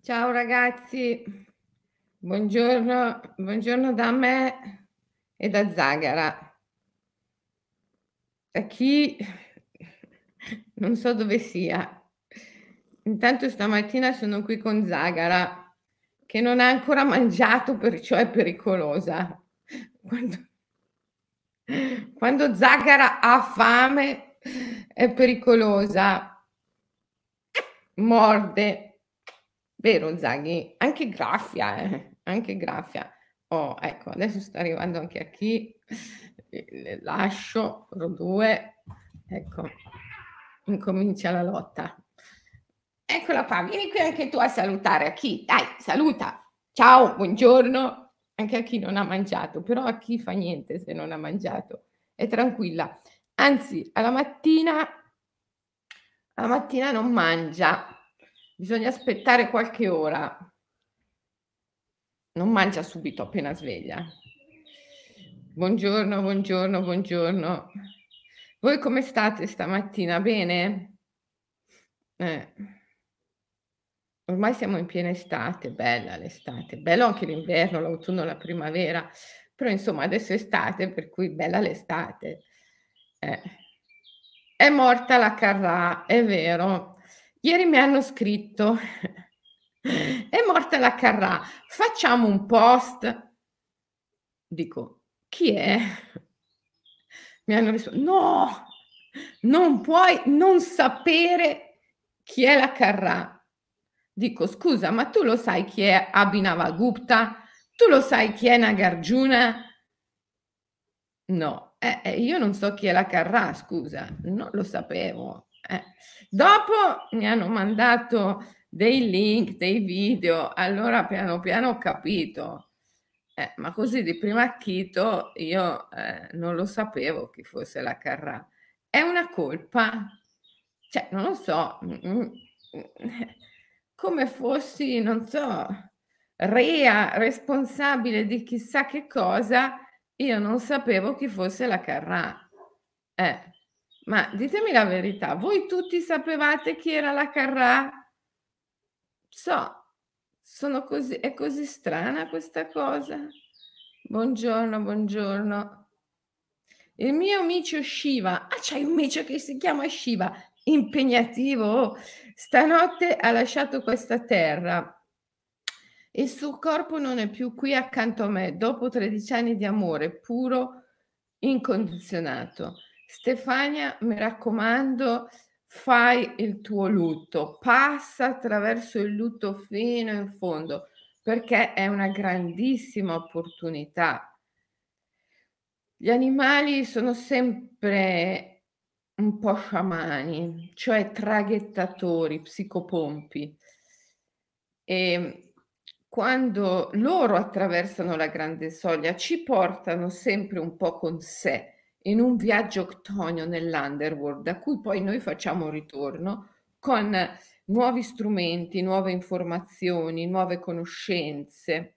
Ciao ragazzi, buongiorno da me e da Zagara. Da chi non so dove sia. Intanto stamattina sono qui con Zagara, che non ha ancora mangiato, perciò è pericolosa. Quando quando Zagara ha fame è pericolosa. Morde. Vero Zaghi? Anche graffia, anche graffia. Oh, ecco, adesso sta arrivando anche a chi, le lascio loro 2, ecco, incomincia la lotta. Eccola qua, vieni qui anche tu a salutare. A chi? Dai, saluta. Ciao, buongiorno. Anche a chi non ha mangiato, però a chi fa niente se non ha mangiato. È tranquilla. Anzi, alla mattina non mangia, bisogna aspettare qualche ora. Non mangia subito appena sveglia. Buongiorno, buongiorno, buongiorno. Voi come state stamattina? Bene? Eh. Ormai siamo in piena estate, bella l'estate, bello anche l'inverno, l'autunno, la primavera, però insomma adesso è estate, per cui bella l'estate. Eh. È morta la Carrà, è vero. Ieri mi hanno scritto: "È morta la Carrà, facciamo un post?" Dico: "Chi è?" Mi hanno "No, non puoi non sapere chi è la Carrà." Dico: "Scusa, ma tu lo sai chi è Abhinavagupta? Tu lo sai chi è Nagarjuna?" No, io non so chi è la Carrà, scusa, non lo sapevo. Dopo mi hanno mandato dei link, dei video, allora piano piano ho capito. Ma così di primo acchito io, non lo sapevo chi fosse la Carrà. È una colpa? Cioè, non lo so, come fossi, non so, rea, responsabile di chissà che cosa, io non sapevo chi fosse la Carrà. Eh, ma ditemi la verità, voi tutti sapevate chi era la Carrà? So, sono così è così strana questa cosa. Buongiorno, buongiorno. Il mio micio Shiva, c'hai un micio che si chiama Shiva, impegnativo, oh. Stanotte ha lasciato questa terra. Il suo corpo non è più qui accanto a me, dopo 13 anni di amore puro, incondizionato. Stefania, mi raccomando, fai il tuo lutto, passa attraverso il lutto fino in fondo, perché è una grandissima opportunità. Gli animali sono sempre un po' sciamani, cioè traghettatori, psicopompi. Ehm, Quando loro attraversano la grande soglia, ci portano sempre un po' con sé in un viaggio octonio nell'underworld, da cui poi noi facciamo ritorno con nuovi strumenti, nuove informazioni, nuove conoscenze.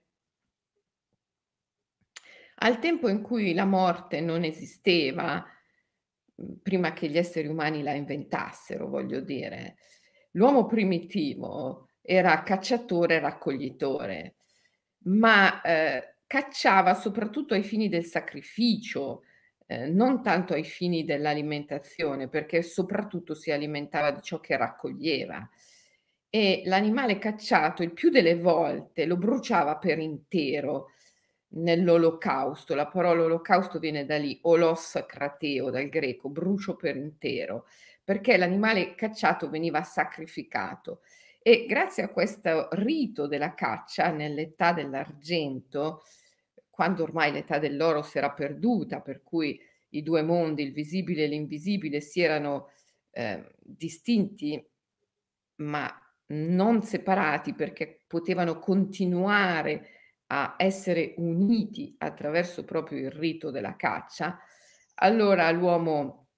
Al tempo in cui la morte non esisteva, prima che gli esseri umani la inventassero, voglio dire, l'uomo primitivo era cacciatore e raccoglitore, ma, cacciava soprattutto ai fini del sacrificio, non tanto ai fini dell'alimentazione, perché soprattutto si alimentava di ciò che raccoglieva. E l'animale cacciato il più delle volte lo bruciava per intero nell'olocausto. La parola olocausto viene da lì, olos krateo, dal greco, brucio per intero, perché l'animale cacciato veniva sacrificato. E grazie a questo rito della caccia nell'età dell'argento, quando ormai l'età dell'oro si era perduta, per cui i 2 mondi, il visibile e l'invisibile, si erano, distinti, ma non separati, perché potevano continuare a essere uniti attraverso proprio il rito della caccia, allora l'uomo,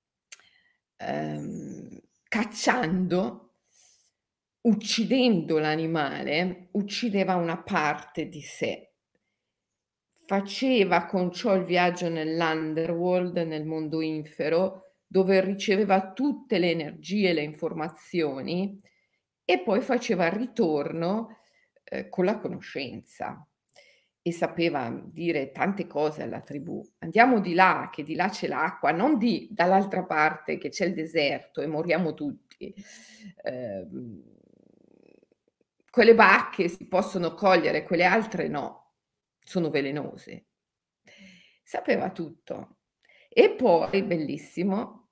cacciando, uccidendo l'animale, uccideva una parte di sé. Faceva con ciò il viaggio nell'underworld, nel mondo infero, dove riceveva tutte le energie e le informazioni e poi faceva il ritorno, con la conoscenza e sapeva dire tante cose alla tribù. "Andiamo di là, che di là c'è l'acqua", non di dall'altra parte che c'è il deserto e moriamo tutti. Ehm, quelle bacche si possono cogliere, quelle altre no, sono velenose. Sapeva tutto. E poi, bellissimo,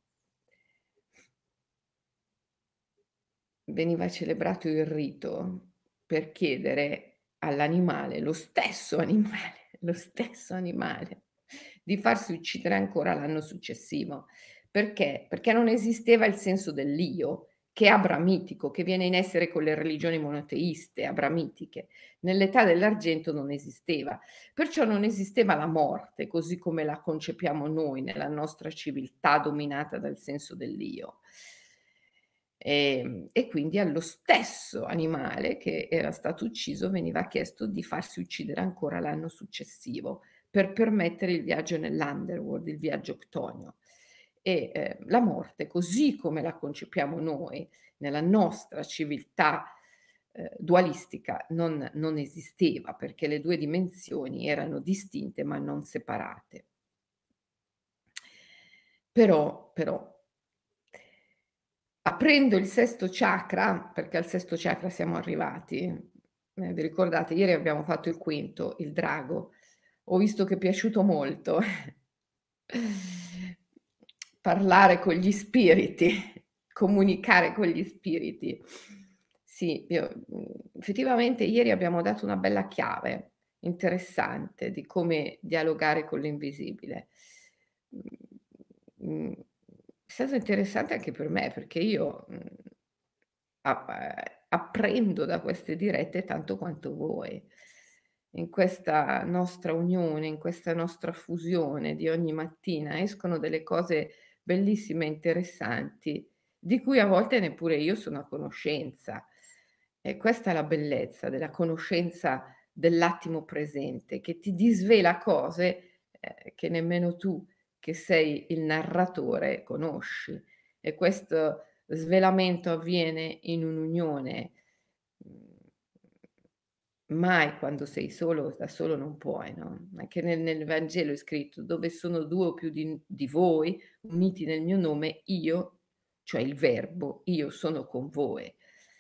veniva celebrato il rito per chiedere all'animale, lo stesso animale, di farsi uccidere ancora l'anno successivo. Perché? Perché non esisteva il senso dell'io, che è abramitico, che viene in essere con le religioni monoteiste abramitiche. Nell'età dell'argento non esisteva. Perciò non esisteva la morte, così come la concepiamo noi nella nostra civiltà dominata dal senso dell'io. E quindi allo stesso animale che era stato ucciso veniva chiesto di farsi uccidere ancora l'anno successivo, per permettere il viaggio nell'underworld, il viaggio ctonio. La morte, così come la concepiamo noi nella nostra civiltà, dualistica, non esisteva, perché le 2 dimensioni erano distinte ma non separate. Però aprendo il sesto chakra, perché al sesto chakra siamo arrivati, vi ricordate ieri abbiamo fatto il quinto, il drago. Ho visto che è piaciuto molto parlare con gli spiriti, comunicare con gli spiriti. Sì, effettivamente ieri abbiamo dato una bella chiave interessante di come dialogare con l'invisibile. È stato interessante anche per me perché io, apprendo da queste dirette tanto quanto voi. In questa nostra unione, in questa nostra fusione di ogni mattina escono delle cose bellissime e interessanti, di cui a volte neppure io sono a conoscenza. E questa è la bellezza della conoscenza dell'attimo presente, che ti disvela cose, che nemmeno tu, che sei il narratore, conosci. E questo svelamento avviene in un'unione, mhmm, mai quando sei solo, da solo non puoi, no, anche nel Vangelo è scritto: "Dove sono 2 o più di voi uniti nel mio nome, io" cioè il verbo, "io sono con voi".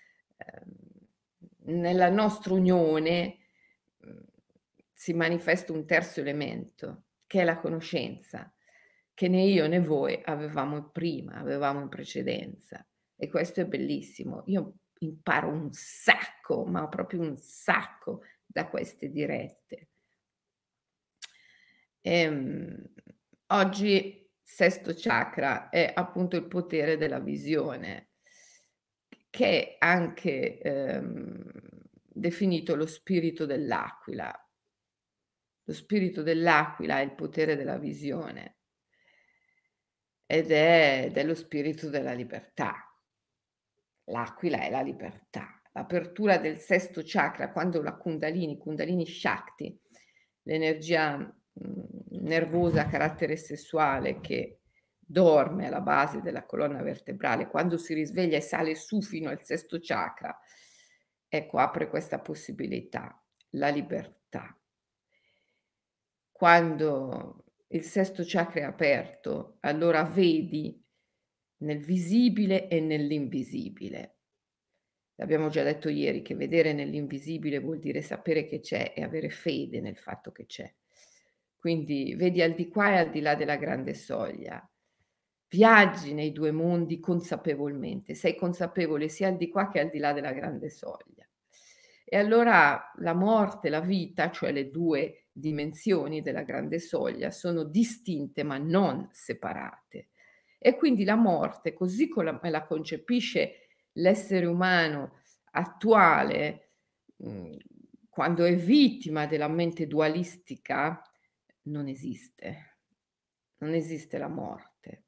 Nella nostra unione, mhmm, si manifesta un terzo elemento, che è la conoscenza, che né io né voi avevamo prima, avevamo in precedenza. E questo è bellissimo. Io imparo un sacco, ma proprio un sacco da queste dirette. Ehm, oggi sesto chakra è appunto il potere della visione, che è anche, definito lo spirito dell'aquila. Lo spirito dell'aquila ha il potere della visione ed è lo spirito della libertà. L'aquila è la libertà. L'apertura del sesto chakra, quando la Kundalini Shakti, l'energia, nervosa a carattere sessuale che dorme alla base della colonna vertebrale, quando si risveglia e sale su fino al sesto chakra, ecco, apre questa possibilità, la libertà. Quando il sesto chakra è aperto, allora vedi nel visibile e nell'invisibile. L'abbiamo già detto ieri che vedere nell'invisibile vuol dire sapere che c'è e avere fede nel fatto che c'è. Quindi vedi al di qua e al di là della grande soglia. Viaggi nei 2 mondi consapevolmente, sei consapevole sia al di qua che al di là della grande soglia. E allora la morte, la vita, cioè le 2 dimensioni della grande soglia, sono distinte ma non separate. E quindi la morte, così come la concepisce l'essere umano attuale, mhmm, quando è vittima della mente dualistica, non esiste. Non esiste la morte.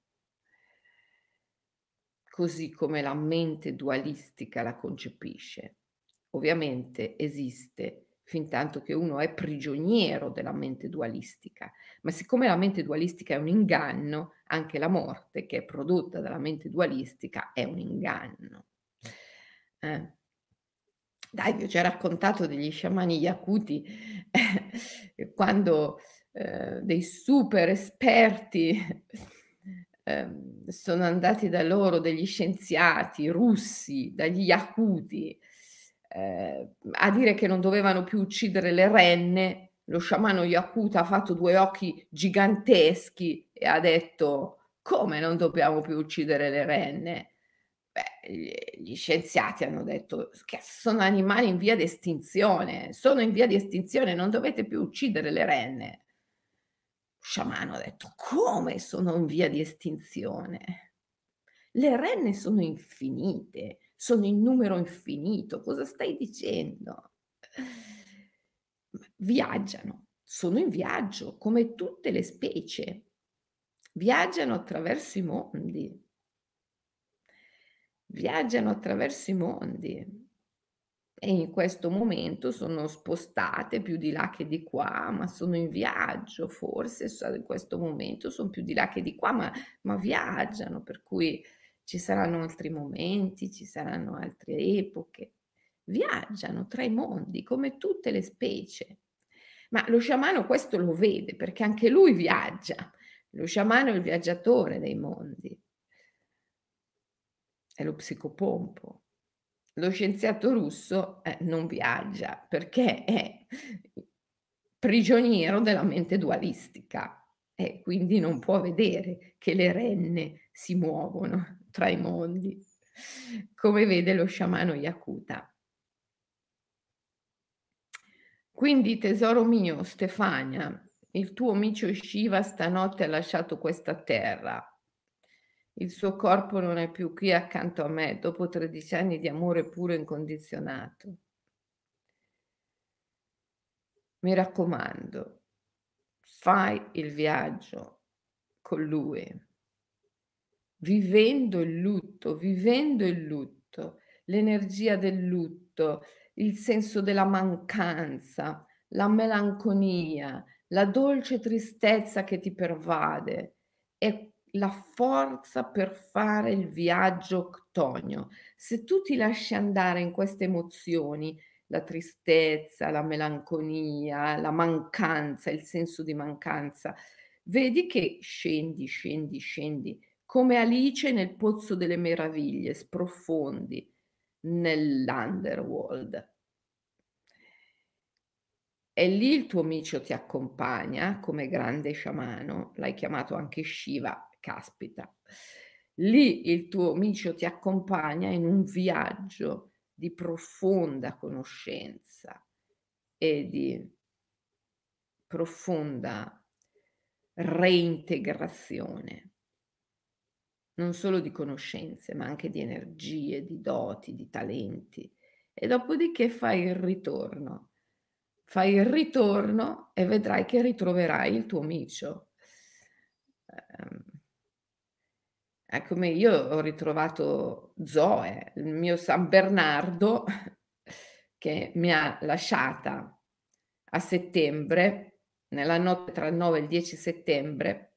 Così come la mente dualistica la concepisce. Ovviamente esiste fintanto che uno è prigioniero della mente dualistica, ma siccome la mente dualistica è un inganno, anche la morte che è prodotta dalla mente dualistica è un inganno. Dai, vi ho già raccontato degli sciamani yakuti quando, dei super esperti, sono andati da loro, degli scienziati russi, dagli yakuti, a dire che non dovevano più uccidere le renne, lo sciamano yakuta ha fatto 2 occhi giganteschi e ha detto: "Come non dobbiamo più uccidere le renne?" Beh, gli scienziati hanno detto: s che sono animali in via di estinzione, sono in via di estinzione, non dovete più uccidere le renne. Sciamano ha detto: "Come sono in via di estinzione? Le renne sono infinite, sono in numero infinito, cosa stai dicendo?" Viaggiano, sono in viaggio come tutte le specie, viaggiano attraverso i mondi. Viaggiano attraverso i mondi e in questo momento sono spostate più di là che di qua, ma sono in viaggio, forse in questo momento son più di là che di qua, ma viaggiano, per cui ci saranno altri momenti, ci saranno altre epoche. Viaggiano tra i mondi come tutte le specie. Ma lo sciamano questo lo vede perché anche lui viaggia. Lo sciamano è il viaggiatore dei mondi, è lo psicopompo. Lo scienziato russo, non viaggia perché è prigioniero della mente dualistica e quindi non può vedere che le renne si muovono tra i mondi, come vede lo sciamano yakuta. Quindi tesoro mio, Stefania, il tuo micio Shiva stanotte ha lasciato questa terra. Il suo corpo non è più qui accanto a me dopo 13 anni di amore puro e incondizionato. Mi raccomando, fai il viaggio con lui, vivendo il lutto, l'energia del lutto, il senso della mancanza, la melanconia, la dolce tristezza che ti pervade e la forza per fare il viaggio ctonio. Se tu ti lasci andare in queste emozioni, la tristezza, la melanconia, la mancanza, il senso di mancanza, vedi che scendi, scendi, scendi come Alice nel Pozzo delle Meraviglie, sprofondi nell'underworld. E lì il tuo micio ti accompagna come grande sciamano, l'hai chiamato anche Shiva, caspita. Lì il tuo micio ti accompagna in un viaggio di profonda conoscenza e di profonda reintegrazione. Non solo di conoscenze, ma anche di energie, di doti, di talenti. E dopodiché fai il ritorno. Fai il ritorno e vedrai che ritroverai il tuo micio. Ehm, è come io ho ritrovato Zoe, il mio San Bernardo che mi ha lasciata a settembre, nella notte tra il 9 e il 10 settembre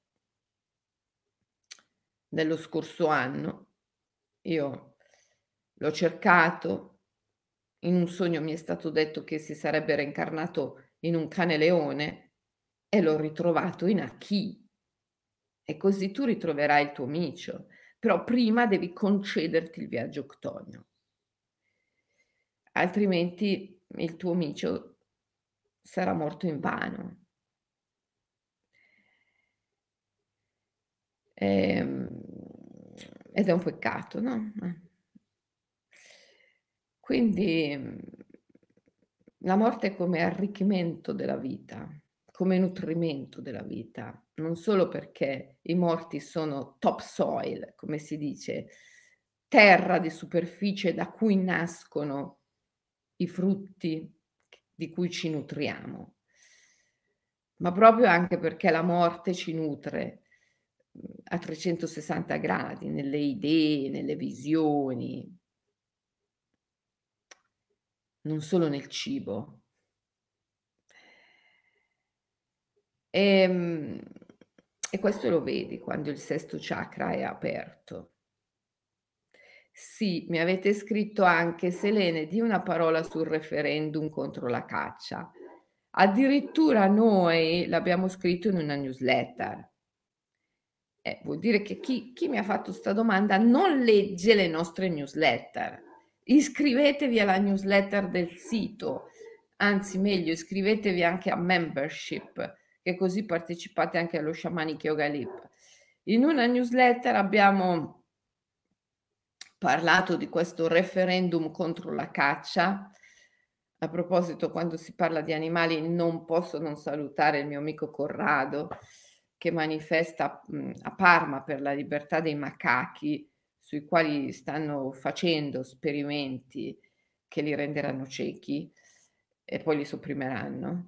dello scorso anno. Io l'ho cercato, in un sogno mi è stato detto che si sarebbe reincarnato in un cane leone e l'ho ritrovato in Akì e così tu ritroverai il tuo micio, però prima devi concederti il viaggio ctonio, altrimenti il tuo micio sarà morto invano. Ehm, ed è un peccato, no, quindi, la morte è come arricchimento della vita, come nutrimento della vita, non solo perché i morti sono topsoil, come si dice, terra di superficie da cui nascono i frutti di cui ci nutriamo, ma proprio anche perché la morte ci nutre, a 360 gradi, nelle idee, nelle visioni, non solo nel cibo. Ehm, e questo lo vedi quando il sesto chakra è aperto. Sì, mi avete scritto anche: "Selene, di una parola sul referendum contro la caccia." Addirittura noi l'abbiamo scritto in una newsletter. Vuol dire che chi mi ha fatto 'sta domanda non legge le nostre newsletter. Iscrivetevi alla newsletter del sito, anzi meglio iscrivetevi anche a membership, che così partecipate anche allo Shamanic Yoga Lib. In una newsletter abbiamo parlato di questo referendum contro la caccia. A proposito, quando si parla di animali non posso non salutare il mio amico Corrado che manifesta, a Parma per la libertà dei macachi, sui quali stanno facendo esperimenti che li renderanno ciechi e poi li sopprimeranno.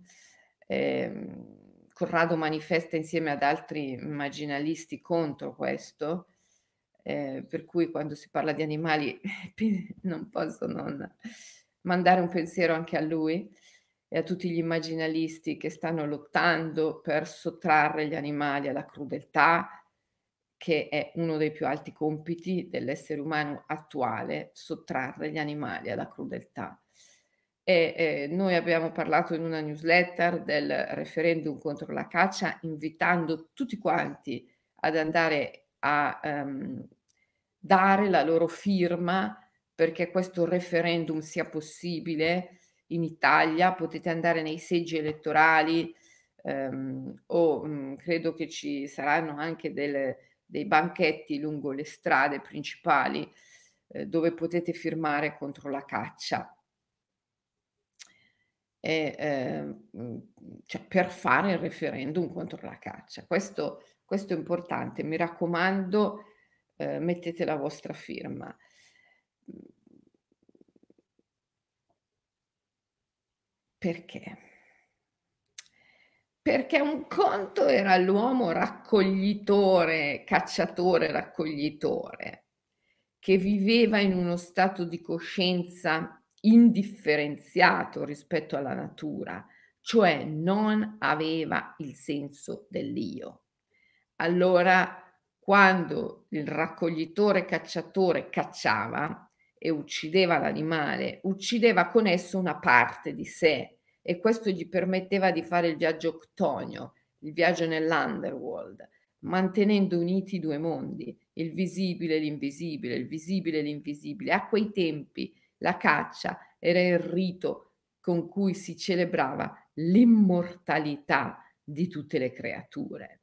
Corrado manifesta insieme ad altri immaginalisti contro questo, per cui quando si parla di animali non posso non mandare un pensiero anche a lui e a tutti gli immaginalisti che stanno lottando per sottrarre gli animali alla crudeltà, che è uno dei più alti compiti dell'essere umano attuale, sottrarre gli animali alla crudeltà. Noi abbiamo parlato in una newsletter del referendum contro la caccia, invitando tutti quanti ad andare a, dare la loro firma perché questo referendum sia possibile in Italia. Potete andare nei seggi elettorali, credo che ci saranno anche dei banchetti lungo le strade principali, dove potete firmare contro la caccia. Cioè per fare il referendum contro la caccia. Questo è importante. Mi raccomando, mettete la vostra firma. Mhmm, perché? Perché un conto era l'uomo raccoglitore, cacciatore raccoglitore, che viveva in uno stato di coscienza indifferenziato rispetto alla natura, cioè non aveva il senso dell'io. Allora, quando il raccoglitore cacciatore cacciava e uccideva l'animale, uccideva con esso una parte di sé e questo gli permetteva di fare il viaggio ctonio, il viaggio nell'underworld, mantenendo uniti i 2 mondi, il visibile e l'invisibile, il visibile e l'invisibile. A quei tempi la caccia era il rito con cui si celebrava l'immortalità di tutte le creature.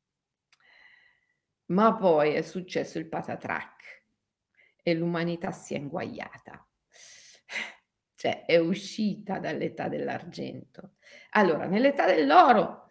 Ma poi è successo il patatrac e l'umanità si è inguaiata. Cioè è uscita dall'età dell'argento. Allora, nell'età dell'oro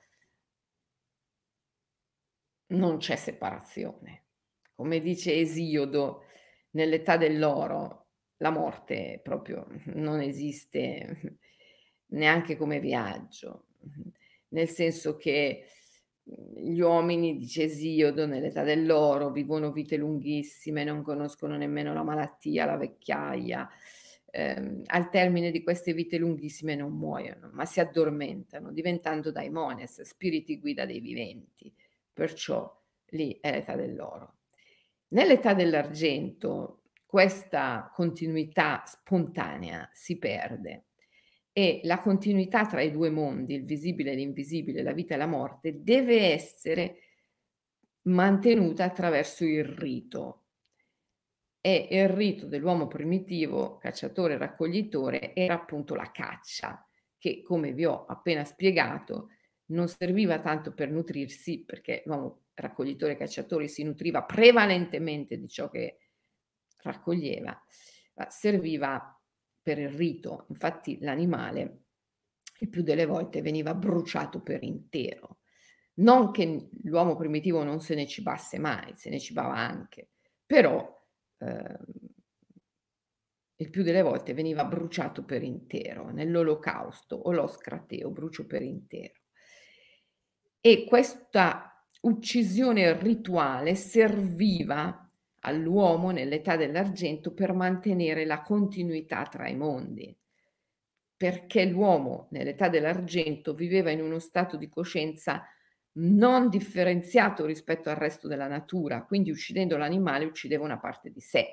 non c'è separazione. Come dice Esiodo, nell'età dell'oro la morte proprio non esiste neanche come viaggio, nel senso che, gli uomini, dice Esiodo, nell'età dell'oro vivono vite lunghissime, non conoscono nemmeno la malattia, la vecchiaia. Al termine di queste vite lunghissime non muoiono, ma si addormentano, diventando daimones, spiriti guida dei viventi. Perciò lì è l'età dell'oro. Nell'età dell'argento questa continuità spontanea si perde e la continuità tra i 2 mondi, il visibile e l'invisibile, la vita e la morte, deve essere mantenuta attraverso il rito. E il rito dell'uomo primitivo, cacciatore e raccoglitore, era appunto la caccia, che come vi ho appena spiegato non serviva tanto per nutrirsi, perché l'uomo raccoglitore e cacciatore si nutriva prevalentemente di ciò che raccoglieva, ma serviva per il rito. Infatti l'animale il più delle volte veniva bruciato per intero. Non che l'uomo primitivo non se ne cibasse mai, se ne cibava anche, però ehm, il più delle volte veniva bruciato per intero, nell'olocausto o lo scrateo, brucio per intero. E questa uccisione rituale serviva all'uomo nell'età dell'argento per mantenere la continuità tra i mondi, perché l'uomo nell'età dell'argento viveva in uno stato di coscienza non differenziato rispetto al resto della natura, quindi uccidendo l'animale uccideva una parte di sé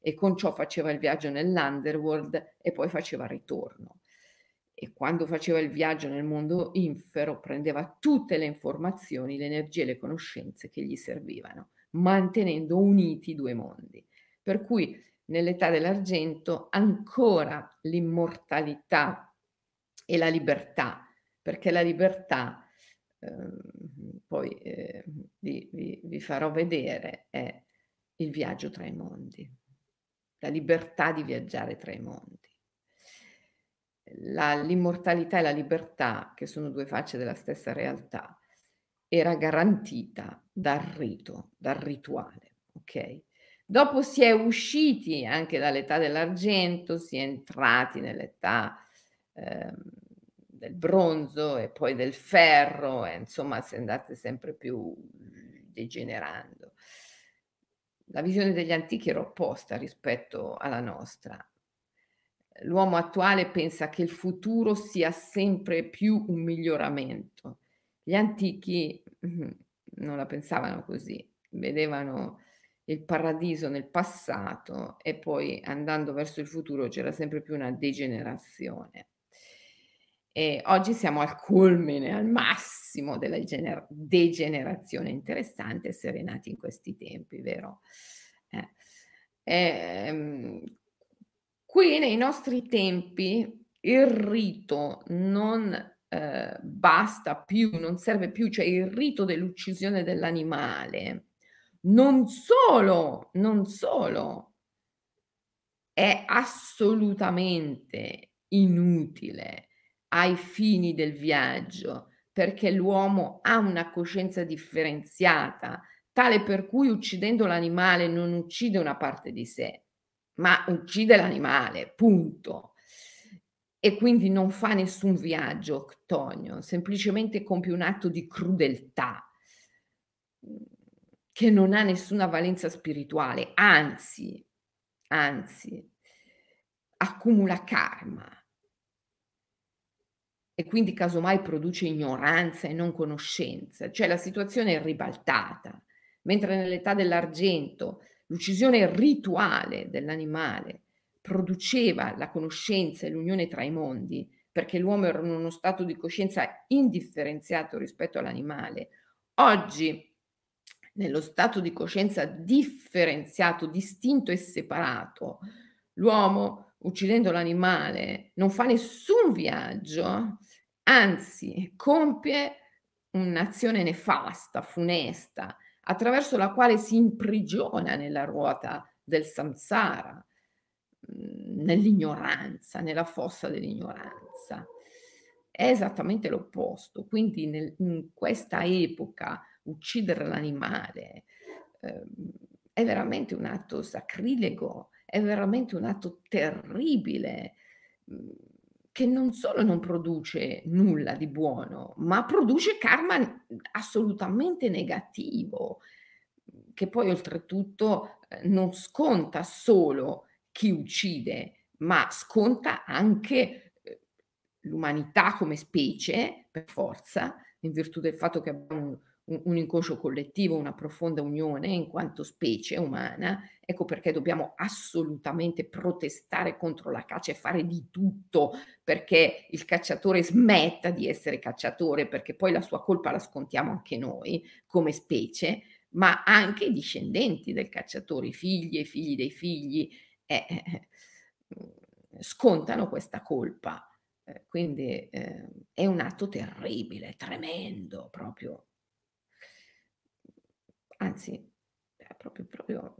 e con ciò faceva il viaggio nell'underworld e poi faceva il ritorno. E quando faceva il viaggio nel mondo infero prendeva tutte le informazioni, le energie e le conoscenze che gli servivano, mantenendo uniti i 2 mondi. Per cui nell'età dell'argento ancora l'immortalità e la libertà, perché la libertà, poi, vi farò vedere, è il viaggio tra i mondi, la libertà di viaggiare tra i mondi. L'immortalità e la libertà, che sono 2 facce della stessa realtà, era garantita dal rito, dal rituale, okay? Dopo si è usciti anche dall'età dell'argento, si è entrati nell'età, del bronzo e poi del ferro e insomma si è andate sempre più degenerando. La visione degli antichi era opposta rispetto alla nostra. L'uomo attuale pensa che il futuro sia sempre più un miglioramento. Gli antichi, non la pensavano così, vedevano il paradiso nel passato e poi andando verso il futuro c'era sempre più una degenerazione. E oggi siamo al culmine, al massimo della degenerazione. Interessante essere nati in questi tempi, vero? Eh. Ehm, Qui nei nostri tempi il rito non, basta più, non serve più, cioè il rito dell'uccisione dell'animale non solo è assolutamente inutile ai fini del viaggio, perché l'uomo ha una coscienza differenziata, tale per cui uccidendo l'animale non uccide una parte di sé, ma uccide l'animale, punto. E quindi non fa nessun viaggio Ctonio, semplicemente compie un atto di crudeltà, mhmm, che non ha nessuna valenza spirituale, anzi, accumula karma e quindi casomai produce ignoranza e non conoscenza, cioè la situazione è ribaltata. Mentre nell'età dell'argento l'uccisione rituale dell'animale produceva la conoscenza e l'unione tra i mondi, perché l'uomo era in uno stato di coscienza indifferenziato rispetto all'animale. Oggi, nello stato di coscienza differenziato, distinto e separato, l'uomo uccidendo l'animale non fa nessun viaggio, anzi compie un'azione nefasta, funesta, attraverso la quale si imprigiona nella ruota del samsara, nell'ignoranza, nella fossa dell'ignoranza. È esattamente l'opposto. Quindi in questa epoca uccidere l'animale, ehm, è veramente un atto sacrilego, è veramente un atto terribile, mhmm, che non solo non produce nulla di buono, ma produce karma assolutamente negativo, che poi oltretutto, non sconta solo chi uccide, ma sconta anche, l'umanità come specie, per forza, in virtù del fatto che abbiamo un inconscio collettivo, una profonda unione in quanto specie umana. Ecco perché dobbiamo assolutamente protestare contro la caccia e fare di tutto perché il cacciatore smetta di essere cacciatore, perché poi la sua colpa la scontiamo anche noi come specie, ma anche i discendenti del cacciatore, i figli e i figli dei figli, scontano questa colpa. Quindi, è un atto terribile, tremendo proprio. Anzi, è proprio,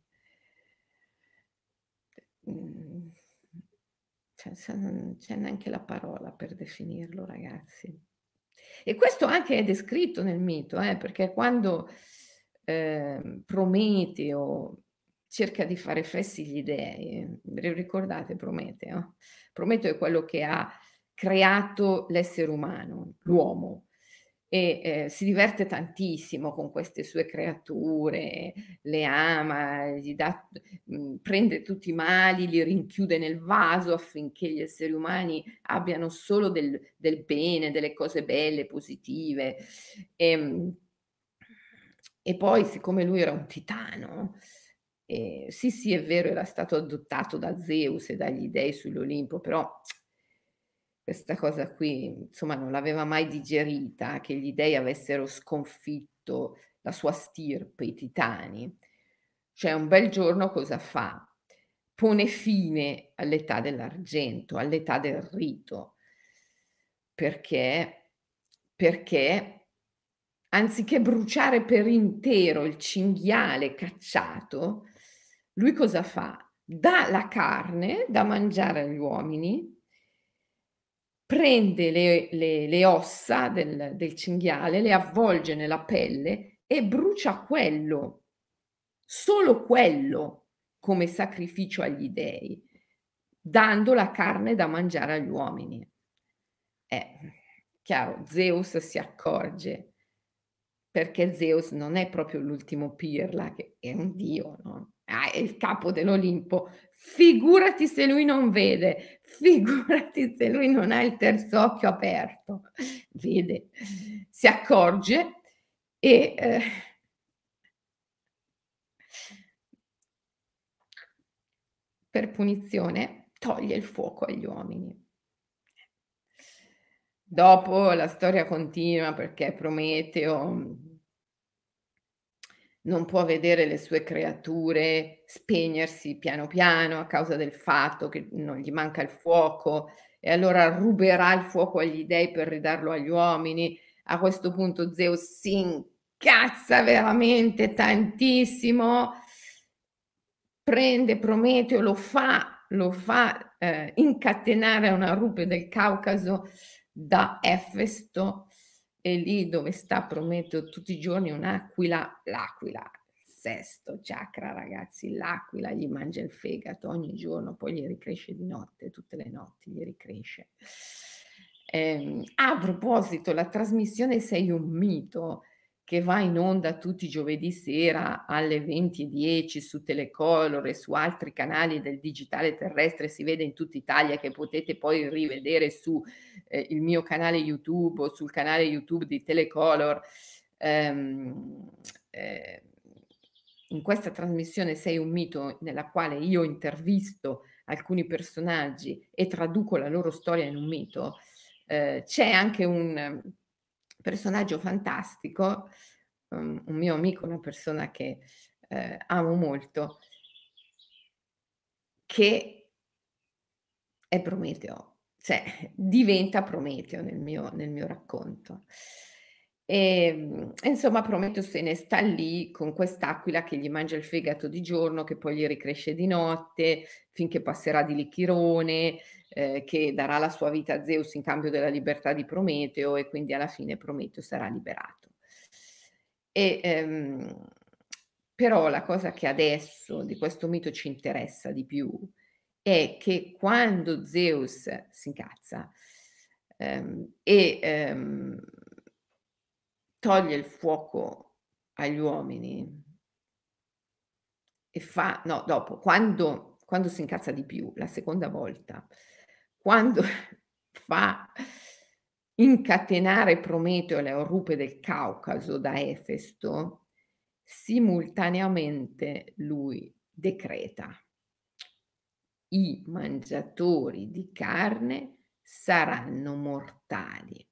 mhmm, cioè non c'è neanche la parola per definirlo ragazzi. E questo anche è descritto nel mito, perché quando, Prometeo cerca di fare fessi gli dei, ve lo ricordate Prometeo? Prometeo è quello che ha creato l'essere umano, l'uomo e, si diverte tantissimo con queste sue creature, le ama, gli dà prende tutti i mali, li rinchiude nel vaso affinché gli esseri umani abbiano solo del bene, delle cose belle, positive. Ehm, e poi siccome lui era un titano, Sì, sì, è vero, era stato adottato da Zeus e dagli dei sull'Olimpo, però questa cosa qui, insomma, non l'aveva mai digerita, che gli dei avessero sconfitto la sua stirpe, i titani. Cioè, un bel giorno cosa fa? Pone fine all'età dell'argento, all'età del rito. Perché? Perché anziché bruciare per intero il cinghiale cacciato, lui cosa fa? Dà la carne da mangiare agli uomini, prende le ossa del cinghiale, le avvolge nella pelle e brucia quello, solo quello, come sacrificio agli dei, dando la carne da mangiare agli uomini. Chiaro, Zeus si accorge, perché Zeus non è proprio l'ultimo pirla, che è un dio, no, è il capo dell'Olimpo. Figurati se lui non vede, figurati se lui non ha il terzo occhio aperto. Vede, si accorge e, per punizione toglie il fuoco agli uomini. Dopo la storia continua perché Prometeo, non può vedere le sue creature spegnersi piano piano a causa del fatto che non gli manca il fuoco e allora ruberà il fuoco agli dei per ridarlo agli uomini. A questo punto Zeus si incazza veramente tantissimo, prende Prometeo, lo fa, incatenare a una rupe del Caucaso da Efesto, e lì dove sta Prometeo tutti i giorni l'aquila, sesto chakra ragazzi, l'aquila gli mangia il fegato ogni giorno, poi gli ricresce di notte, tutte le notti gli ricresce. A proposito, la trasmissione "Sei un mito", che va in onda tutti i giovedì sera alle 20:10 su Telecolor e su altri canali del digitale terrestre, si vede in tutta Italia, che potete poi rivedere su, il mio canale YouTube o sul canale YouTube di Telecolor. Ehm, ehm, In questa trasmissione "Sei un mito", nella quale io intervisto alcuni personaggi e traduco la loro storia in un mito, c'è anche un personaggio fantastico, un mio amico, una persona che, amo molto, che è Prometeo, cioè diventa Prometeo nel mio racconto. E insomma Prometeo se ne sta lì con quest'aquila che gli mangia il fegato di giorno, che poi gli ricresce di notte, finché passerà di Lichirone, che darà la sua vita a Zeus in cambio della libertà di Prometeo e quindi alla fine Prometeo sarà liberato. E, però la cosa che adesso di questo mito ci interessa di più è che quando Zeus si incazza, toglie il fuoco agli uomini e fa no, dopo, quando si incazza di più, la seconda volta, quando fa incatenare Prometeo alle rupe del Caucaso da Efesto, simultaneamente lui decreta: "I mangiatori di carne saranno mortali."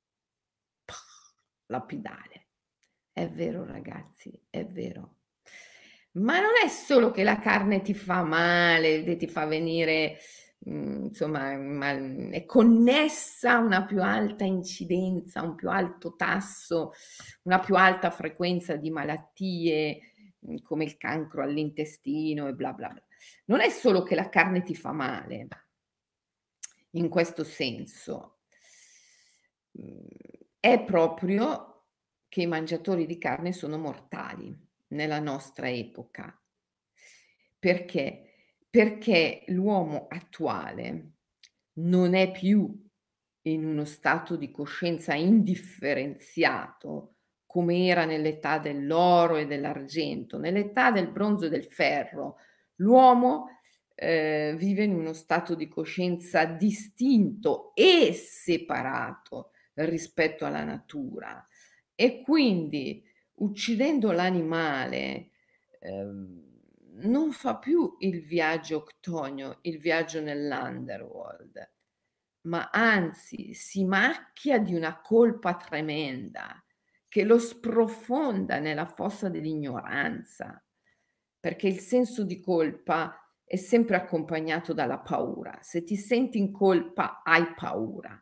Lapidale. È vero ragazzi, è vero. Ma non è solo che la carne ti fa male, ti fa venire, insomma, è connessa a una più alta incidenza, un più alto tasso, una più alta frequenza di malattie, come il cancro all'intestino e bla bla bla. Non è solo che la carne ti fa male, in questo senso. Mhmm, è proprio che i mangiatori di carne sono mortali nella nostra epoca. Perché? Perché l'uomo attuale non è più in uno stato di coscienza indifferenziato come era nell'età dell'oro e dell'argento. Nell'età del bronzo e del ferro l'uomo, vive in uno stato di coscienza distinto e separato rispetto alla natura e quindi uccidendo l'animale, ehm, non fa più il viaggio Ctonio, il viaggio nell'underworld, ma anzi si macchia di una colpa tremenda che lo sprofonda nella fossa dell'ignoranza, perché il senso di colpa è sempre accompagnato dalla paura. Se ti senti in colpa, hai paura.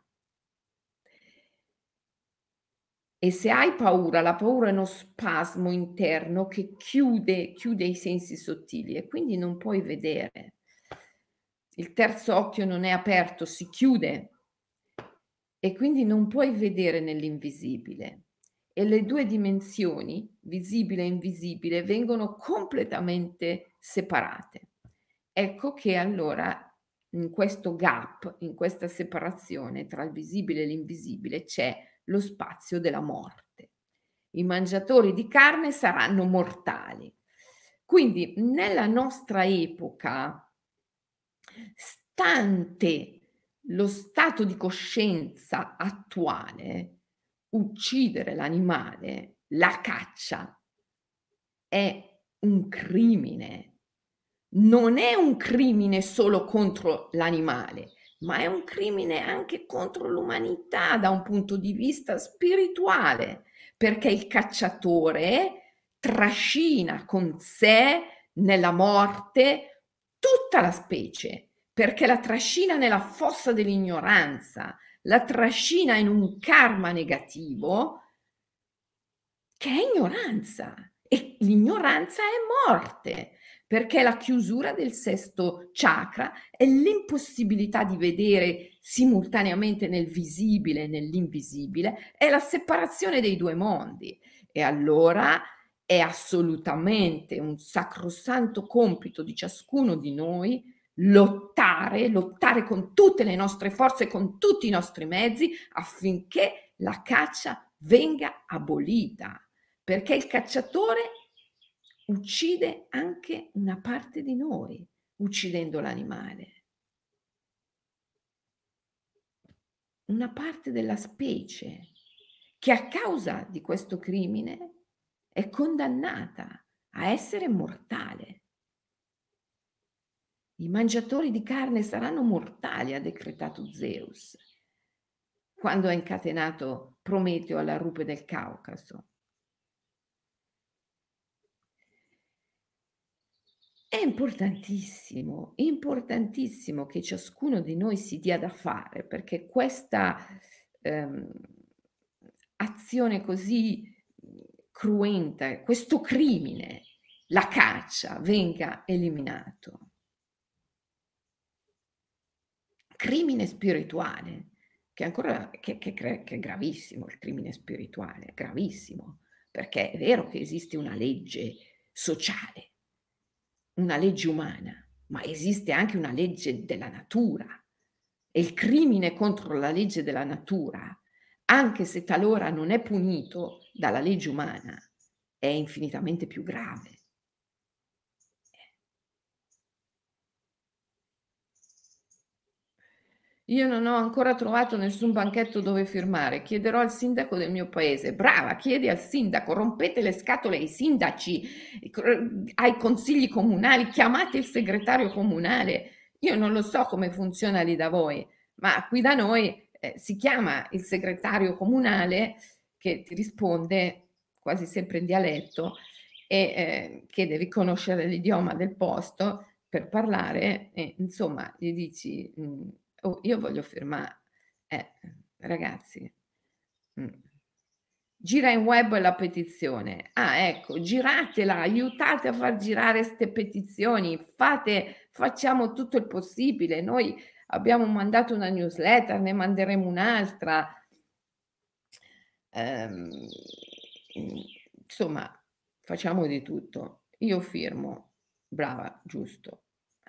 E se hai paura, la paura è uno spasmo interno che chiude i sensi sottili e quindi non puoi vedere. Il terzo occhio non è aperto, si chiude e quindi non puoi vedere nell'invisibile. E le due dimensioni, visibile e invisibile, vengono completamente separate. Ecco che allora in questo gap, in questa separazione tra il visibile e l'invisibile, c'è lo spazio della morte. I mangiatori di carne saranno mortali. Quindi nella nostra epoca, stante lo stato di coscienza attuale, uccidere l'animale, la caccia, è un crimine. Non è un crimine solo contro l'animale, ma è un crimine anche contro l'umanità da un punto di vista spirituale, perché il cacciatore trascina con sé nella morte tutta la specie, perché la trascina nella fossa dell'ignoranza, la trascina in un karma negativo che è ignoranza e l'ignoranza è morte, perché la chiusura del sesto chakra è l'impossibilità di vedere simultaneamente nel visibile e nell'invisibile, è la separazione dei due mondi. E allora è assolutamente un sacrosanto compito di ciascuno di noi lottare con tutte le nostre forze, con tutti i nostri mezzi affinché la caccia venga abolita, perché il cacciatore uccide anche una parte di noi, uccidendo l'animale, una parte della specie che a causa di questo crimine è condannata a essere mortale. I mangiatori di carne saranno mortali, ha decretato Zeus, quando ha incatenato Prometeo alla rupe del Caucaso. È importantissimo che ciascuno di noi si dia da fare, perché questa, ehm, azione così, cruenta, questo crimine, la caccia, venga eliminato. Crimine spirituale, che ancora che è gravissimo il crimine spirituale, è gravissimo, perché è vero che esiste una legge sociale, una legge umana, ma esiste anche una legge della natura e il crimine contro la legge della natura, anche se talora non è punito dalla legge umana, è infinitamente più grave. Io non ho ancora trovato nessun banchetto dove firmare. Chiederò al sindaco del mio paese. Brava, chiedi al sindaco, rompete le scatole ai sindaci, ai consigli comunali, chiamate il segretario comunale. Io non lo so come funziona lì da voi, ma qui da noi si chiama il segretario comunale che ti risponde quasi sempre in dialetto e che devi conoscere l'idioma del posto per parlare e insomma gli dici "Oh, io voglio firmare". Ragazzi, mh. Gira in web la petizione. Ah, ecco, giratela, aiutate a far girare 'ste petizioni, facciamo tutto il possibile. Noi abbiamo mandato una newsletter, ne manderemo un'altra. Ehm, mhmm, insomma, facciamo di tutto. Io firmo. Brava, giusto.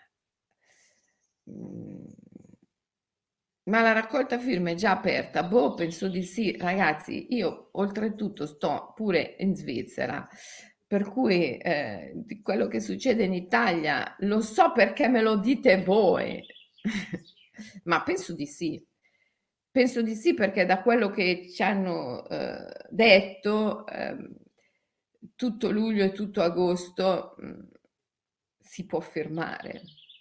Mhmm, ma la raccolta firme è già aperta? Boh, penso di sì. Ragazzi, io oltretutto sto pure in Svizzera, per cui, di quello che succede in Italia lo so perché me lo dite voi. Ma penso di sì. Penso di sì perché da quello che ci hanno, detto, tutto luglio e tutto agosto, si può fermare.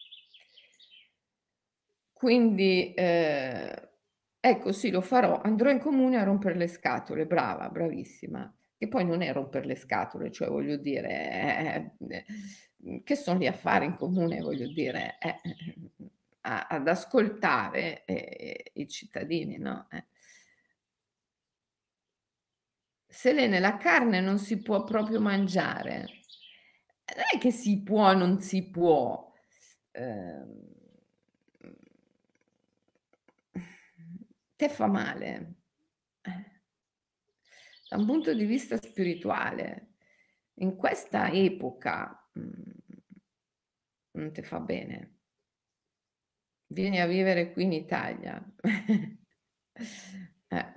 Quindi, ecco sì, lo farò. Andrò in comune a romper le scatole, brava, bravissima. Che poi non è romper le scatole, cioè voglio dire, che son lì a fare in comune, voglio dire, ad ascoltare, i cittadini, no, Selene, la carne non si può proprio mangiare. Non è che si può, non si può. Ehm, te fa male. Eh. Da un punto di vista spirituale, in questa epoca, non te fa bene. Vieni a vivere qui in Italia. Eh.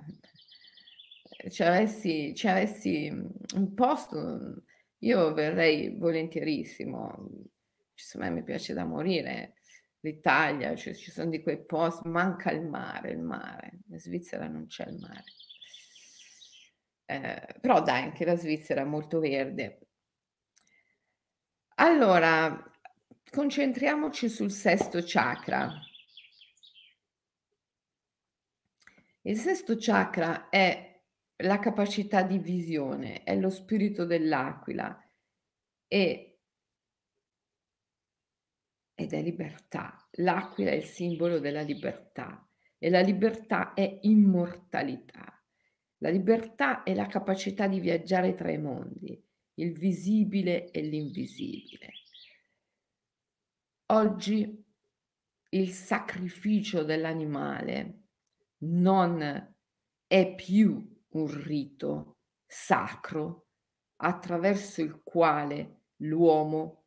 Un posto, io verrei volentierissimo. A me mi piace da morire l'Italia, cioè ci son di quei manca il mare. In Svizzera non c'è il mare. Però dai, anche la Svizzera è molto verde. Allora, concentriamoci sul sesto chakra. Il sesto chakra è la capacità di visione, è lo spirito dell'aquila e ed è libertà. L'aquila è il simbolo della libertà e la libertà è immortalità. La libertà è la capacità di viaggiare tra i mondi, il visibile e l'invisibile. Oggi il sacrificio dell'animale non è più un rito sacro attraverso il quale l'uomo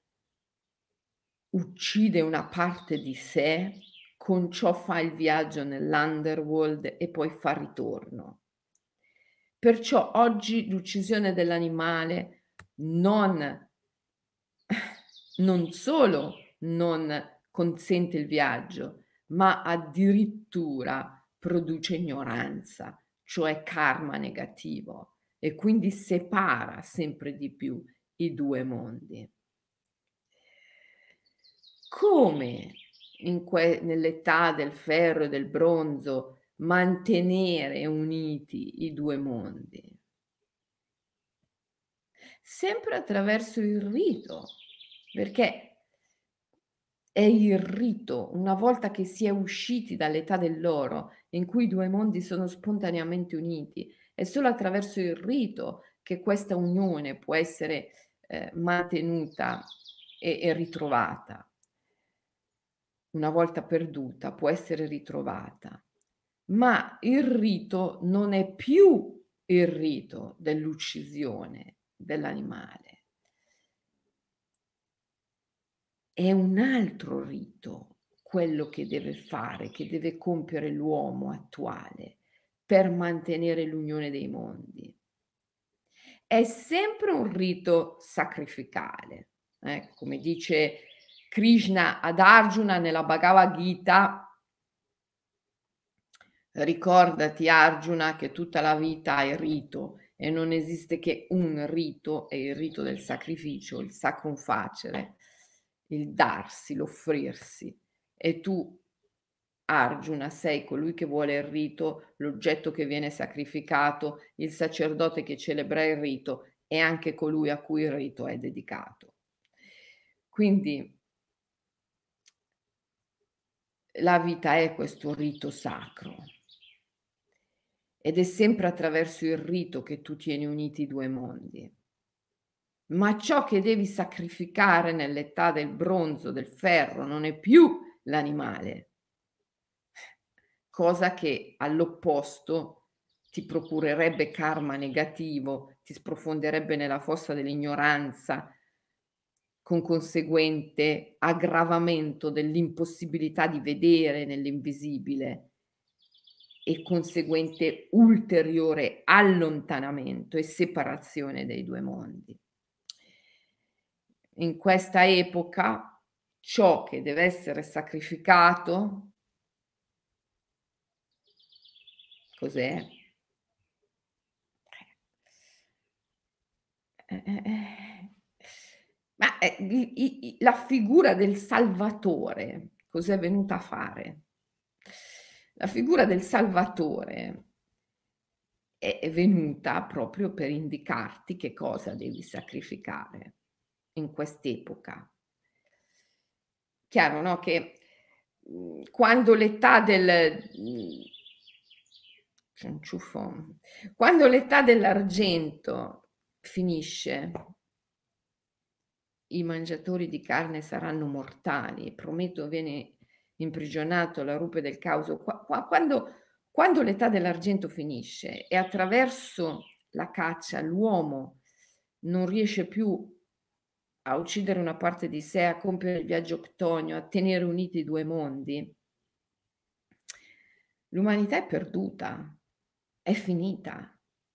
uccide una parte di sé, con ciò fa il viaggio nell'underworld e poi fa ritorno. Perciò oggi l'uccisione dell'animale non non solo non consente il viaggio, ma addirittura produce ignoranza, cioè karma negativo e quindi separa sempre di più i 2 mondi. Come nell'età del ferro e del bronzo mantenere uniti i 2 mondi? Sempre attraverso il rito, perché è il rito, una volta che si è usciti dall'età dell'oro, in cui i 2 mondi sono spontaneamente uniti, è solo attraverso il rito che questa unione può essere, mantenuta e ritrovata. Una volta perduta può essere ritrovata, ma il rito non è più il rito dell'uccisione dell'animale. È un altro rito quello che deve fare, che deve compiere l'uomo attuale per mantenere l'unione dei mondi. È sempre un rito sacrificale, come dice Krishna ad Arjuna nella Bhagavad Gita: "Ricordati Arjuna che tutta la vita è rito e non esiste che un rito, è il rito del sacrificio, il sacrum facere, il darsi, l'offrirsi. E tu, Arjuna, sei colui che vuole il rito, l'oggetto che viene sacrificato, il sacerdote che celebra il rito e anche colui a cui il rito è dedicato." Quindi la vita è questo rito sacro ed è sempre attraverso il rito che tu tieni uniti i 2 mondi. Ma ciò che devi sacrificare nell'età del bronzo, del ferro, non è più l'animale, cosa che all'opposto ti procurerebbe karma negativo, ti sprofonderebbe nella fossa dell'ignoranza, con conseguente aggravamento dell'impossibilità di vedere nell'invisibile e conseguente ulteriore allontanamento e separazione dei 2 mondi. In questa epoca ciò che deve essere sacrificato cos'è? Eh. Ma la figura del Salvatore cos'è venuta a fare? La figura del Salvatore è venuta proprio per indicarti che cosa devi sacrificare in quest'epoca. Chiaro, no, che, quando l'età del c'è un ciuffo. Quando l'età dell'argento finisce, i mangiatori di carne saranno mortali, Prometeo viene imprigionato alla rupe del caos. Quando l'età dell'argento finisce e attraverso la caccia l'uomo non riesce più a uccidere una parte di sé, a compiere il viaggio octonio, a tenere uniti i 2 mondi, l'umanità è perduta, è finita.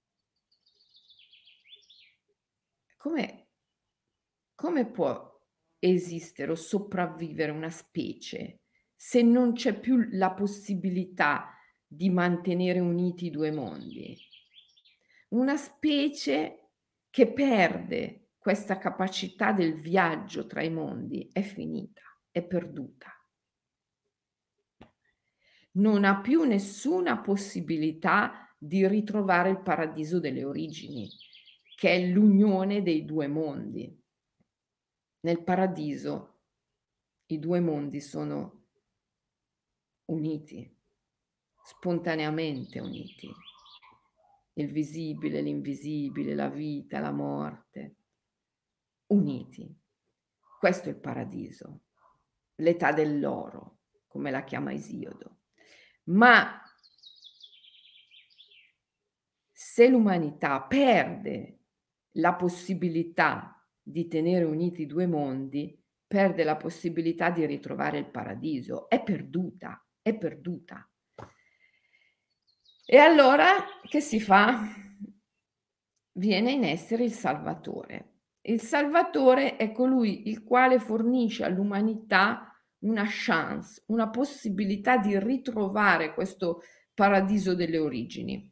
Come come può esistere o sopravvivere una specie se non c'è più la possibilità di mantenere uniti i 2 mondi? Una specie che perde questa capacità del viaggio tra i mondi è finita, è perduta. Non ha più nessuna possibilità di ritrovare il paradiso delle origini, che è l'unione dei 2 mondi. Nel paradiso i 2 mondi sono uniti, spontaneamente uniti. Il visibile, l'invisibile, la vita, la morte, uniti. Questo è il paradiso, l'età dell'oro, come la chiama Esiodo. Ma se l'umanità perde la possibilità di tenere uniti i 2 mondi, perde la possibilità di ritrovare il paradiso, è perduta, è perduta. E allora che si fa? Viene in essere il Salvatore. Il Salvatore è colui il quale fornisce all'umanità una chance, una possibilità di ritrovare questo paradiso delle origini.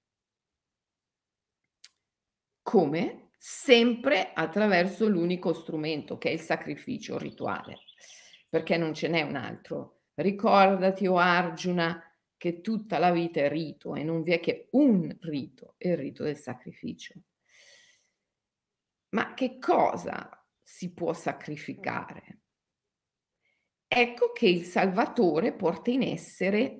Come? Sempre attraverso l'unico strumento che è il sacrificio rituale, perché non ce n'è un altro. Ricordati, o Arjuna, che tutta la vita è rito e non vi è che un rito, il rito del sacrificio. Ma che cosa si può sacrificare? Ecco che il Salvatore porta in essere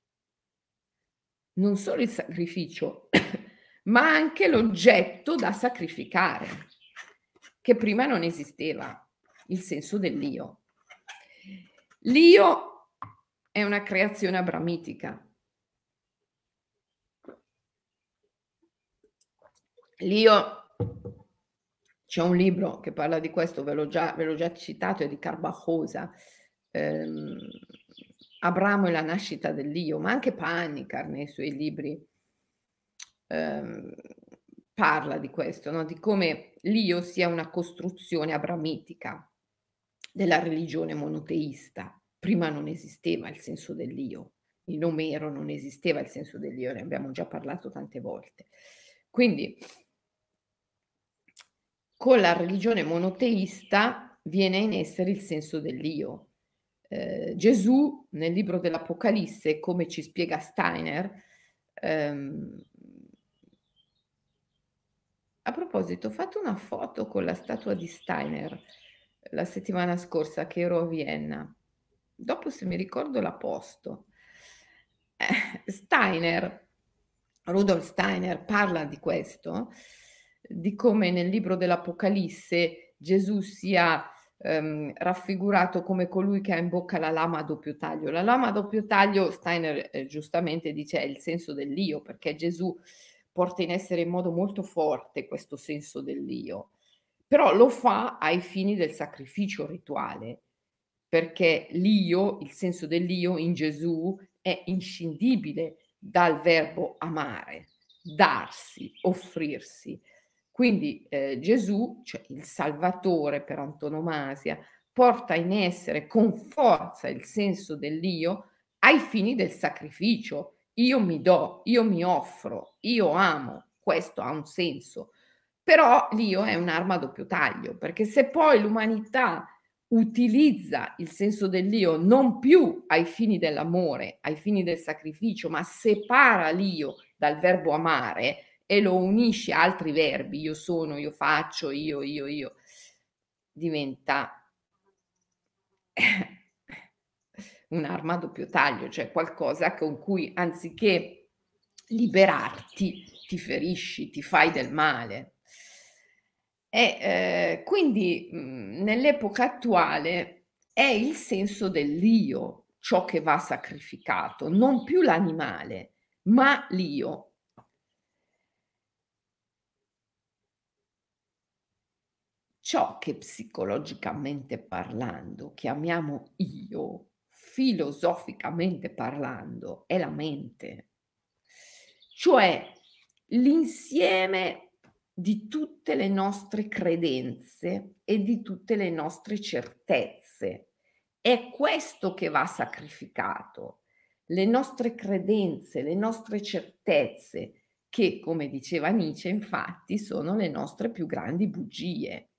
non solo il sacrificio, ma anche l'oggetto da sacrificare, che prima non esisteva, il senso dell'io. L'io è una creazione abramitica. L'io, c'è un libro che parla di questo, ve l'ho già citato, è di Carvajosa, Abramo e la nascita dell'io, ma anche Panikar nei suoi libri parla di questo, no? Di come l'io sia una costruzione abramitica della religione monoteista. Prima non esisteva il senso dell'io, in Omero non esisteva il senso dell'io, ne abbiamo già parlato tante volte. Quindi con la religione monoteista viene in essere il senso dell'io. Gesù nel libro dell'Apocalisse, come ci spiega Steiner, a proposito, ho fatto una foto con la statua di Steiner la settimana scorsa che ero a Vienna. Dopo, se mi ricordo, la posto. Steiner, Rudolf Steiner, parla di questo, di come nel libro dell'Apocalisse Gesù sia raffigurato come colui che ha in bocca la lama a doppio taglio. La lama a doppio taglio, Steiner giustamente dice, è il senso dell'io, perché Gesù porta in essere in modo molto forte questo senso dell'io, però lo fa ai fini del sacrificio rituale, perché l'io, il senso dell'io in Gesù è inscindibile dal verbo amare, darsi, offrirsi. Quindi Gesù, cioè il Salvatore per antonomasia, porta in essere con forza il senso dell'io ai fini del sacrificio. Io mi do, io mi offro, io amo, questo ha un senso. Però l'io è un'arma a doppio taglio, perché se poi l'umanità utilizza il senso dell'io non più ai fini dell'amore, ai fini del sacrificio, ma separa l'io dal verbo amare e lo unisce a altri verbi, io sono, io faccio, io, diventa un'arma a doppio taglio, cioè qualcosa con cui anziché liberarti, ti ferisci, ti fai del male. E, quindi, nell'epoca attuale è il senso dell'io ciò che va sacrificato, non più l'animale, ma l'io. Ciò che psicologicamente parlando chiamiamo io, filosoficamente parlando, è la mente, cioè l'insieme di tutte le nostre credenze e di tutte le nostre certezze. È questo che va sacrificato. Le nostre credenze, le nostre certezze, che, come diceva Nietzsche, infatti, sono le nostre più grandi bugie.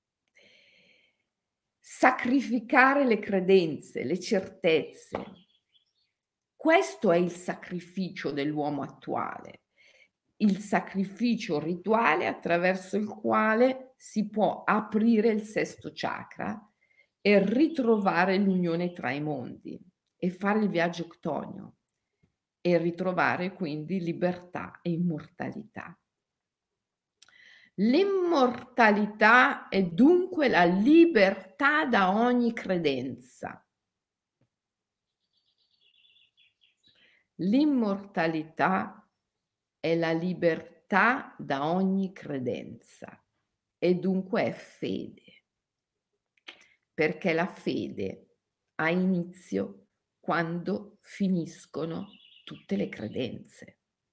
Sacrificare le credenze, le certezze. Questo è il sacrificio dell'uomo attuale, il sacrificio rituale attraverso il quale si può aprire il sesto chakra e ritrovare l'unione tra i mondi e fare il viaggio ctonio e ritrovare quindi libertà e immortalità. L'immortalità è dunque la libertà da ogni credenza. L'immortalità è la libertà da ogni credenza e dunque è fede, perché la fede ha inizio quando finiscono tutte le credenze.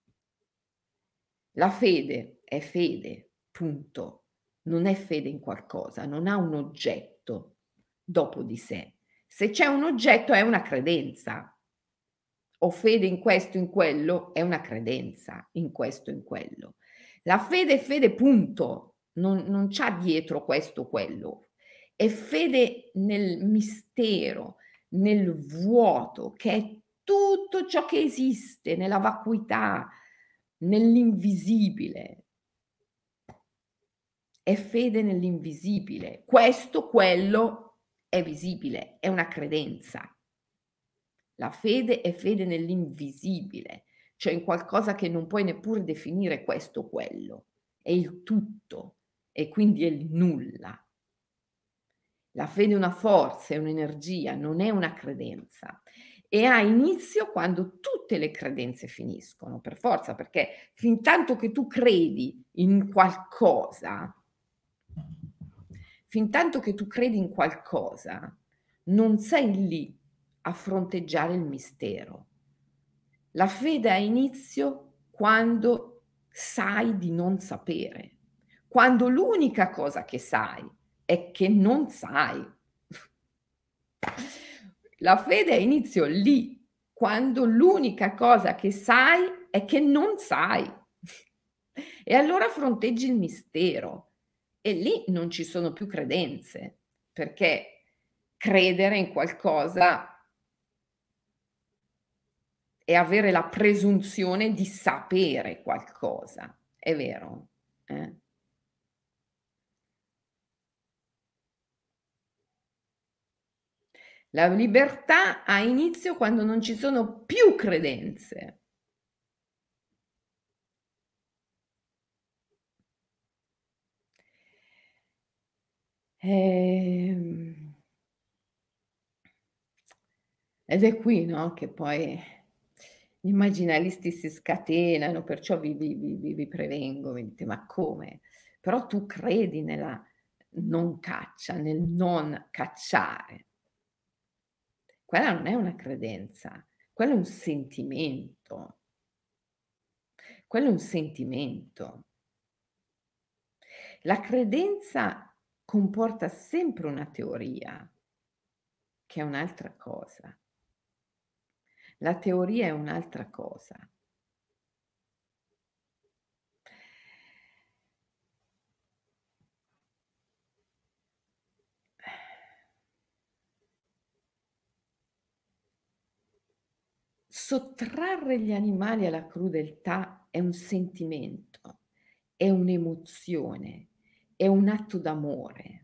La fede è fede, punto. Non è fede in qualcosa, non ha un oggetto dopo di sé. Se c'è un oggetto è una credenza. Ho fede in questo, in quello, è una credenza in questo, in quello. La fede è fede, punto. Non c'ha dietro questo o quello. È fede nel mistero, nel vuoto, che è tutto ciò che esiste, nella vacuità, nell'invisibile. È fede nell'invisibile. Questo, quello è visibile, è una credenza. La fede è fede nell'invisibile, cioè in qualcosa che non puoi neppure definire questo o quello. È il tutto e quindi è il nulla. La fede è una forza, è un'energia, non è una credenza e ha inizio quando tutte le credenze finiscono, per forza, perché fintanto che tu credi in qualcosa, fintanto che tu credi in qualcosa, non sei lì a fronteggiare il mistero. La fede ha inizio quando sai di non sapere, quando l'unica cosa che sai è che non sai. La fede ha inizio lì, quando l'unica cosa che sai è che non sai. E allora fronteggi il mistero e lì non ci sono più credenze, perché credere in qualcosa è avere la presunzione di sapere qualcosa, è vero? Eh? La libertà ha inizio quando non ci sono più credenze. Ehm, ed è qui, no, che poi gli immaginaristi si scatenano, perciò vi prevengo, vi dite: "Ma come?" Però tu credi nella non caccia, nel non cacciare. Quella non è una credenza, quello è un sentimento. Quello è un sentimento. La credenza comporta sempre una teoria, che è un'altra cosa. La teoria è un'altra cosa. sottrarre gli animali alla crudeltà è un sentimento, è un'emozione, è un atto d'amore.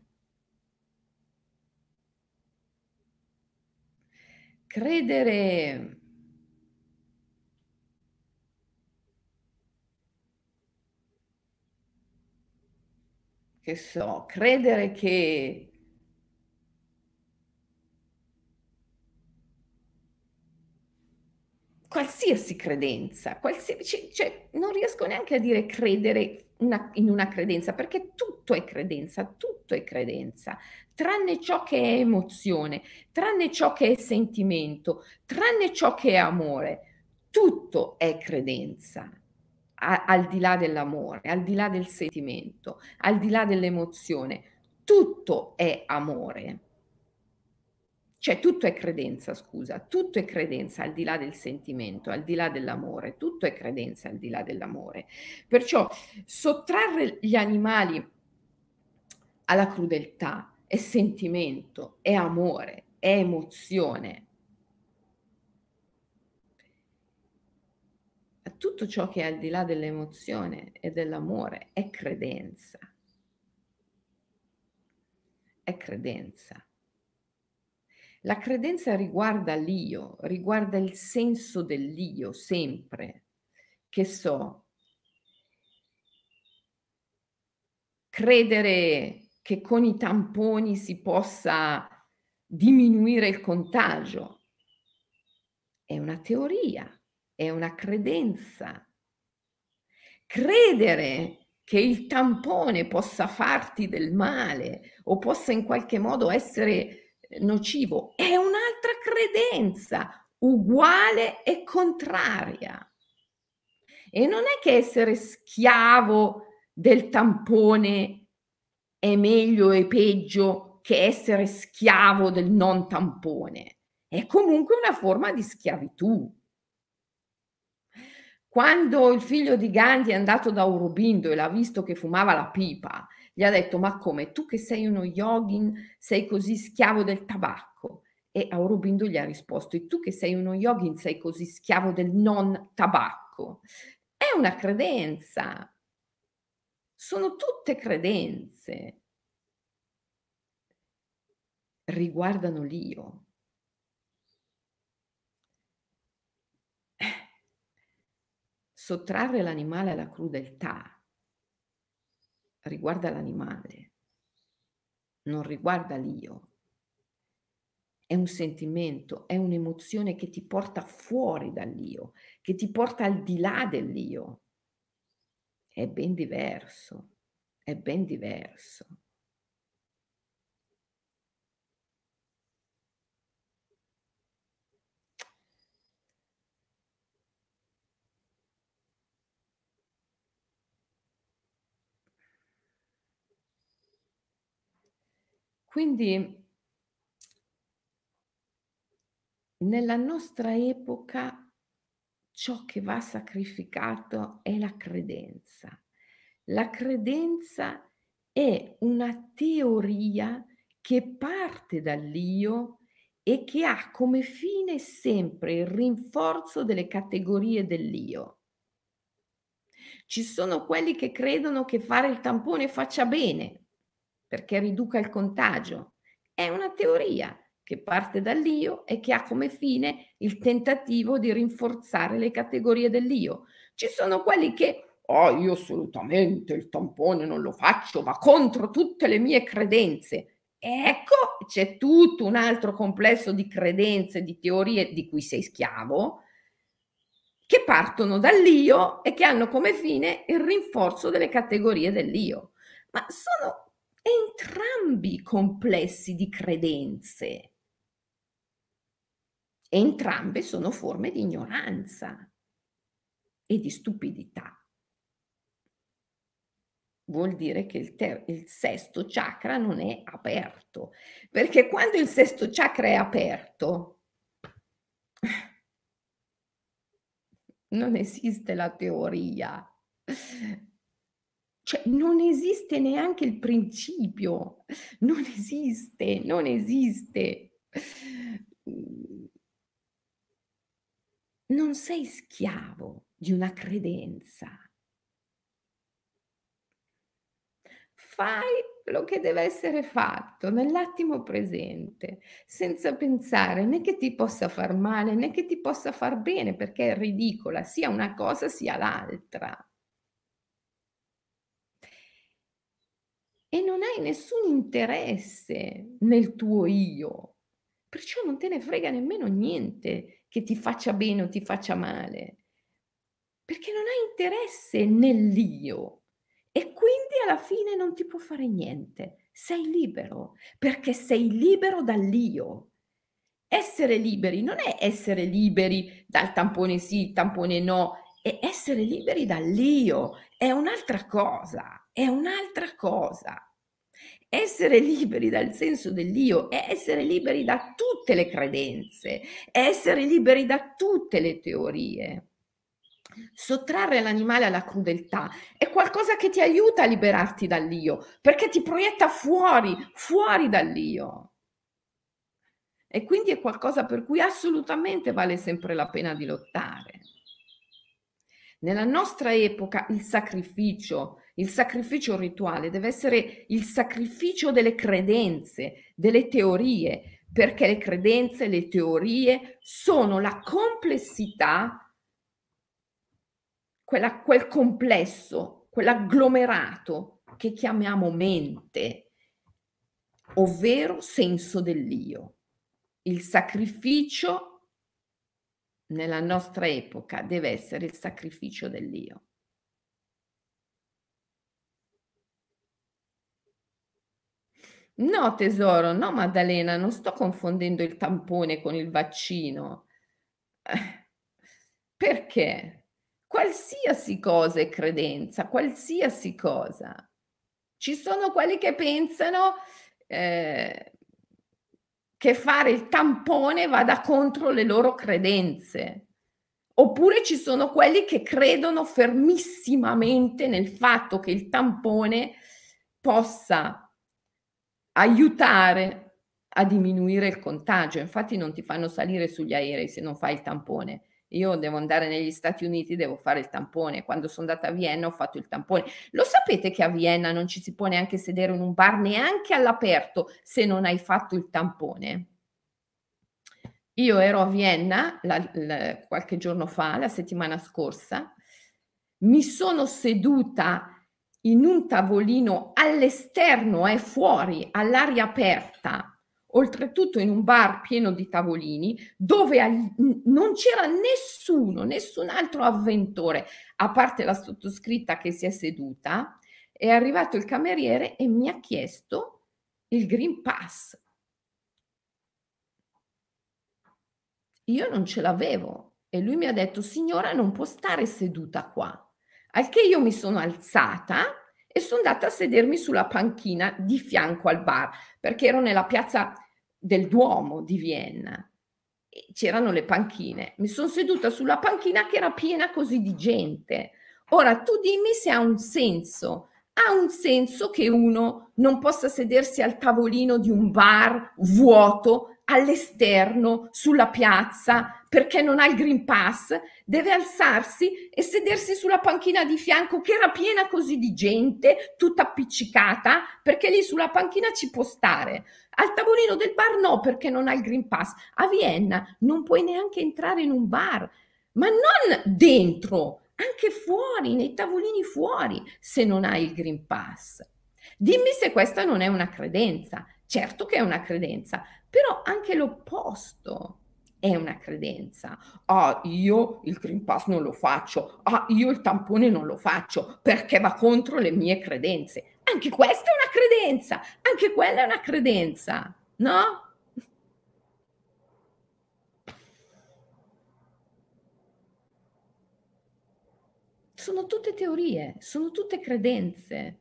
Credere, che so, credere che qualsiasi credenza, cioè non riesco neanche a dire credere in una credenza, perché tutto è credenza, tranne ciò che è emozione, tranne ciò che è sentimento, tranne ciò che è amore. Tutto è credenza, al di là dell'amore, al di là del sentimento, al di là dell'emozione. Tutto è amore. Cioè tutto è credenza, scusa, tutto è credenza al di là del sentimento, al di là dell'amore, tutto è credenza al di là dell'amore. Perciò sottrarre gli animali alla crudeltà è sentimento, è amore, è emozione. Tutto ciò che è al di là dell'emozione e dell'amore è credenza, è credenza. La credenza riguarda l'io, riguarda il senso dell'io sempre. Che so, credere che con i tamponi si possa diminuire il contagio è una teoria, è una credenza. Credere che il tampone possa farti del male o possa in qualche modo essere nocivo è un'altra credenza, uguale e contraria. E non è che essere schiavo del tampone è meglio e peggio che essere schiavo del non tampone. È comunque una forma di schiavitù. Quando il figlio di Gandhi è andato da Aurobindo e l'ha visto che fumava la pipa, gli ha detto: "Ma come, tu che sei uno yogin sei così schiavo del tabacco?" E Aurobindo gli ha risposto: "E tu che sei uno yogin sei così schiavo del non tabacco?" È una credenza, sono tutte credenze, riguardano l'io. Sottrarre l'animale alla crudeltà riguarda l'animale, non riguarda l'io. È un sentimento, è un'emozione che ti porta fuori dall'io, che ti porta al di là dell'io. È ben diverso, è ben diverso. Quindi nella nostra epoca ciò che va sacrificato è la credenza. La credenza è una teoria che parte dall'io e che ha come fine sempre il rinforzo delle categorie dell'io. Ci sono quelli che credono che fare il tampone faccia bene, perché riduca il contagio. È una teoria che parte dall'io e che ha come fine il tentativo di rinforzare le categorie dell'io. Ci sono quelli che: "Oh, io assolutamente il tampone non lo faccio, va contro tutte le mie credenze." Ecco, c'è tutto un altro complesso di credenze, di teorie di cui sei schiavo, che partono dall'io e che hanno come fine il rinforzo delle categorie dell'io. Ma sono entrambi complessi di credenze, entrambe sono forme di ignoranza e di stupidità. Vuol dire che il sesto chakra non è aperto, perché quando il sesto chakra è aperto non esiste la teoria. Cioè, non esiste neanche il principio, non esiste, non esiste. Mhmm, non sei schiavo di una credenza. Fai quello che deve essere fatto nell'attimo presente, senza pensare né che ti possa far male, né che ti possa far bene, perché è ridicola sia una cosa sia l'altra. E non hai nessun interesse nel tuo io, perciò non te ne frega nemmeno niente che ti faccia bene o ti faccia male, perché non hai interesse nell'io e quindi alla fine non ti può fare niente. Sei libero, perché sei libero dall'io. Essere liberi non è essere liberi dal tampone sì, tampone no, è essere liberi dall'io, è un'altra cosa, è un'altra cosa. Essere liberi dal senso dell'io è essere liberi da tutte le credenze, è essere liberi da tutte le teorie. Sottrarre l'animale alla crudeltà è qualcosa che ti aiuta a liberarti dall'io, perché ti proietta fuori, fuori dall'io. E quindi è qualcosa per cui assolutamente vale sempre la pena di lottare. Nella nostra epoca il sacrificio rituale deve essere il sacrificio delle credenze, delle teorie, perché le credenze, le teorie sono la complessità, quel complesso, quell'agglomerato che chiamiamo mente, ovvero senso dell'io. Il sacrificio nella nostra epoca deve essere il sacrificio dell'io. No tesoro, no Maddalena, non sto confondendo il tampone con il vaccino. Eh, perché? Qualsiasi cosa è credenza, qualsiasi cosa. Ci sono quelli che pensano, ehm, che fare il tampone vada contro le loro credenze. Oppure ci sono quelli che credono fermissimamente nel fatto che il tampone possa aiutare a diminuire il contagio. Infatti non ti fanno salire sugli aerei se non fai il tampone. Io devo andare negli Stati Uniti, devo fare il tampone. Quando sono andata a Vienna ho fatto il tampone. Lo sapete che a Vienna non ci si può neanche sedere in un bar, neanche all'aperto, se non hai fatto il tampone? Io ero a Vienna qualche giorno fa, la settimana scorsa, mi sono seduta in un tavolino all'esterno, fuori, all'aria aperta, oltretutto in un bar pieno di tavolini, dove non c'era nessuno, nessun altro avventore, a parte la sottoscritta che si è seduta. È arrivato il cameriere e mi ha chiesto il Green Pass. Io non ce l'avevo e lui mi ha detto: "Signora non può stare seduta qua". Al che io mi sono alzata e son andata a sedermi sulla panchina di fianco al bar, perché ero nella piazza del Duomo di Vienna e c'erano le panchine. Mi son seduta sulla panchina che era piena così di gente. Ora tu dimmi se ha un senso. Ha un senso che uno non possa sedersi al tavolino di un bar vuoto all'esterno sulla piazza perché non ha il Green Pass, deve alzarsi e sedersi sulla panchina di fianco che era piena così di gente, tutta appiccicata, perché lì sulla panchina ci può stare. Al tavolino del bar no, perché non ha il Green Pass. A Vienna non puoi neanche entrare in un bar, ma non dentro, anche fuori, nei tavolini fuori, se non hai il Green Pass. Dimmi se questa non è una credenza. Certo che è una credenza, però anche l'opposto è una credenza. Ah, io il Green Pass non lo faccio. Ah, io il tampone non lo faccio perché va contro le mie credenze. Anche questa è una credenza, anche quella è una credenza, no? Sono tutte teorie, sono tutte credenze.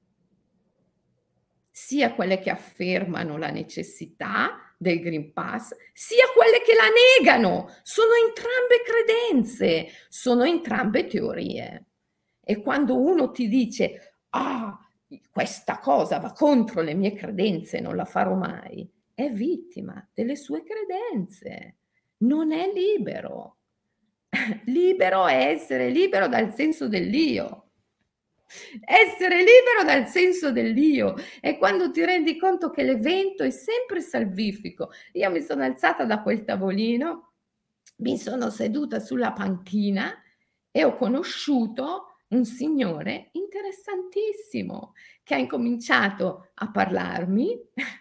Sia quelle che affermano la necessità del Green Pass, sia quelle che la negano. Sono entrambe credenze, sono entrambe teorie. E quando uno ti dice: "Ah, questa cosa va contro le mie credenze, non la farò mai", è vittima delle sue credenze, non è libero. Libero è essere libero dal senso dell'io. Essere libero dal senso dell'io. E quando ti rendi conto che l'evento è sempre salvifico. Io mi sono alzata da quel tavolino, mi sono seduta sulla panchina e ho conosciuto un signore interessantissimo che ha incominciato a parlarmi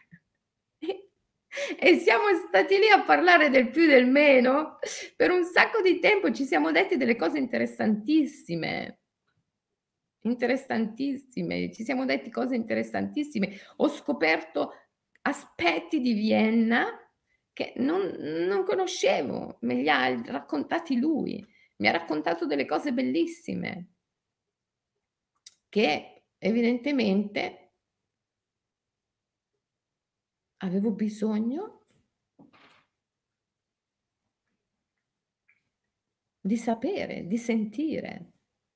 e siamo stati lì a parlare del più e del meno per un sacco di tempo, ci siamo detti delle cose interessantissime. Interessantissime, ci siamo detti cose interessantissime. Ho scoperto aspetti di Vienna che non conoscevo, me li ha raccontati lui. Mi ha raccontato delle cose bellissime che evidentemente avevo bisogno di sapere, di sentire.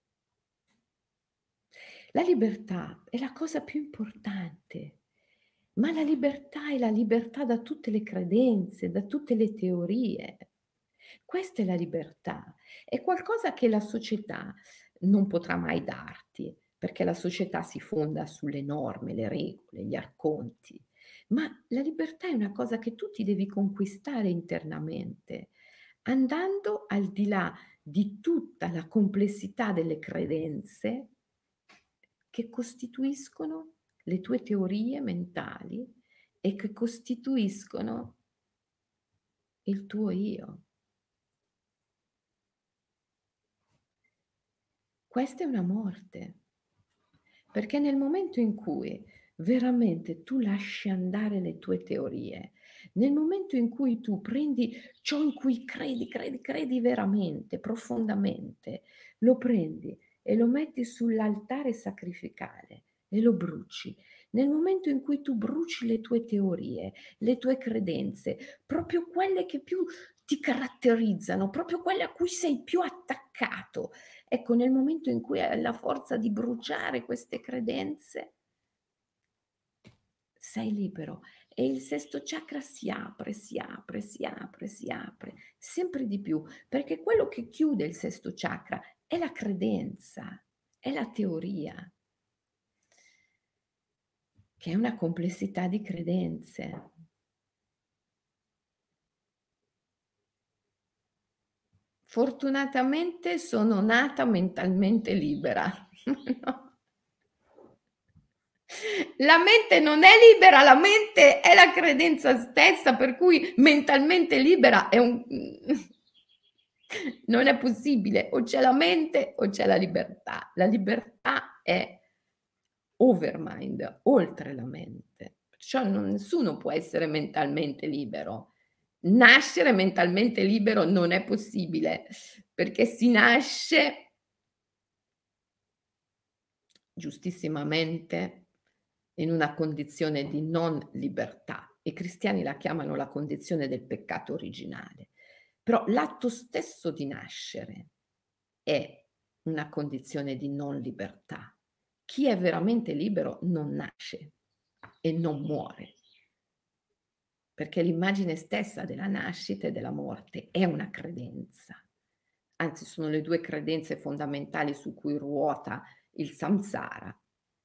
La libertà è la cosa più importante, ma la libertà è la libertà da tutte le credenze, da tutte le teorie. Questa è la libertà, è qualcosa che la società non potrà mai darti, perché la società si fonda sulle norme, le regole, gli arconti, ma la libertà è una cosa che tu ti devi conquistare internamente, andando al di là di tutta la complessità delle credenze che costituiscono le tue teorie mentali e che costituiscono il tuo io. Questa è una morte, perché nel momento in cui veramente tu lasci andare le tue teorie, nel momento in cui tu prendi ciò in cui credi veramente, profondamente, lo prendi e lo metti sull'altare sacrificale e lo bruci. Nel momento in cui tu bruci le tue teorie, le tue credenze, proprio quelle che più ti caratterizzano, proprio quelle a cui sei più attaccato, ecco, nel momento in cui hai la forza di bruciare queste credenze, sei libero e il sesto chakra si apre, si apre, si apre, si apre sempre di più, perché quello che chiude il sesto chakra è la credenza, è la teoria, che è una complessità di credenze. Fortunatamente sono nata mentalmente libera. No. La mente non è libera, la mente è la credenza stessa, per cui mentalmente libera è un non è possibile, o c'è la mente o c'è la libertà. La libertà è overmind, oltre la mente. Perciò nessuno può essere mentalmente libero. Nascere mentalmente libero non è possibile, perché si nasce giustissimamente in una condizione di non libertà. I cristiani la chiamano la condizione del peccato originale, però l'atto stesso di nascere è una condizione di non libertà. Chi è veramente libero non nasce e non muore, perché l'immagine stessa della nascita e della morte è una credenza. Anzi, sono le due credenze fondamentali su cui ruota il samsara.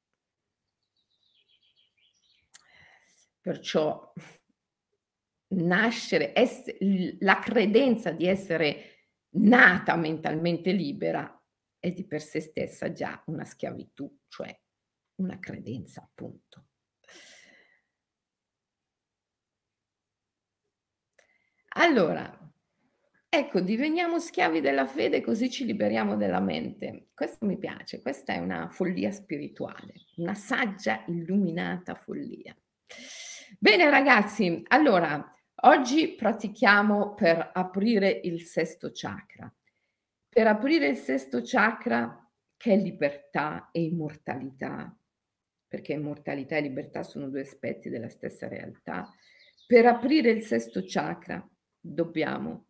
Perciò nascere, la credenza di essere nata mentalmente libera è di per sé stessa già una schiavitù, cioè una credenza, appunto. Allora, ecco, diveniamo schiavi della fede così ci liberiamo della mente. Questo mi piace, questa è una follia spirituale, una saggia, illuminata follia. Bene ragazzi, allora oggi pratichiamo per aprire il sesto chakra. Per aprire il sesto chakra, che è libertà e immortalità, perché immortalità e libertà sono due aspetti della stessa realtà, per aprire il sesto chakra dobbiamo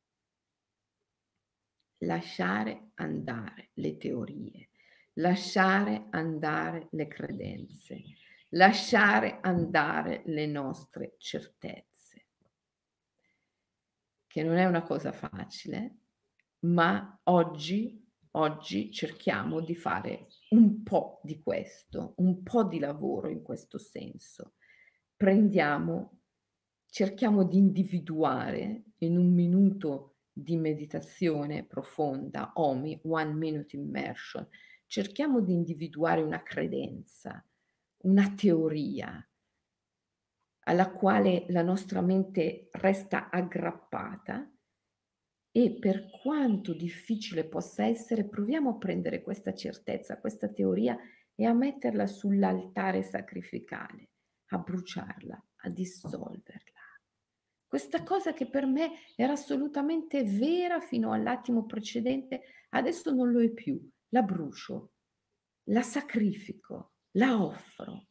lasciare andare le teorie, lasciare andare le credenze, lasciare andare le nostre certezze, che non è una cosa facile, ma oggi cerchiamo di fare un po' di questo, un po' di lavoro in questo senso. Prendiamo Cerchiamo di individuare in un minuto di meditazione profonda, OMI, One Minute Immersion, cerchiamo di individuare una credenza, una teoria alla quale la nostra mente resta aggrappata e per quanto difficile possa essere, proviamo a prendere questa certezza, questa teoria e a metterla sull'altare sacrificale, a bruciarla, a dissolverla. Questa cosa che per me era assolutamente vera fino all'attimo precedente, adesso non lo è più. La brucio, la sacrifico, la offro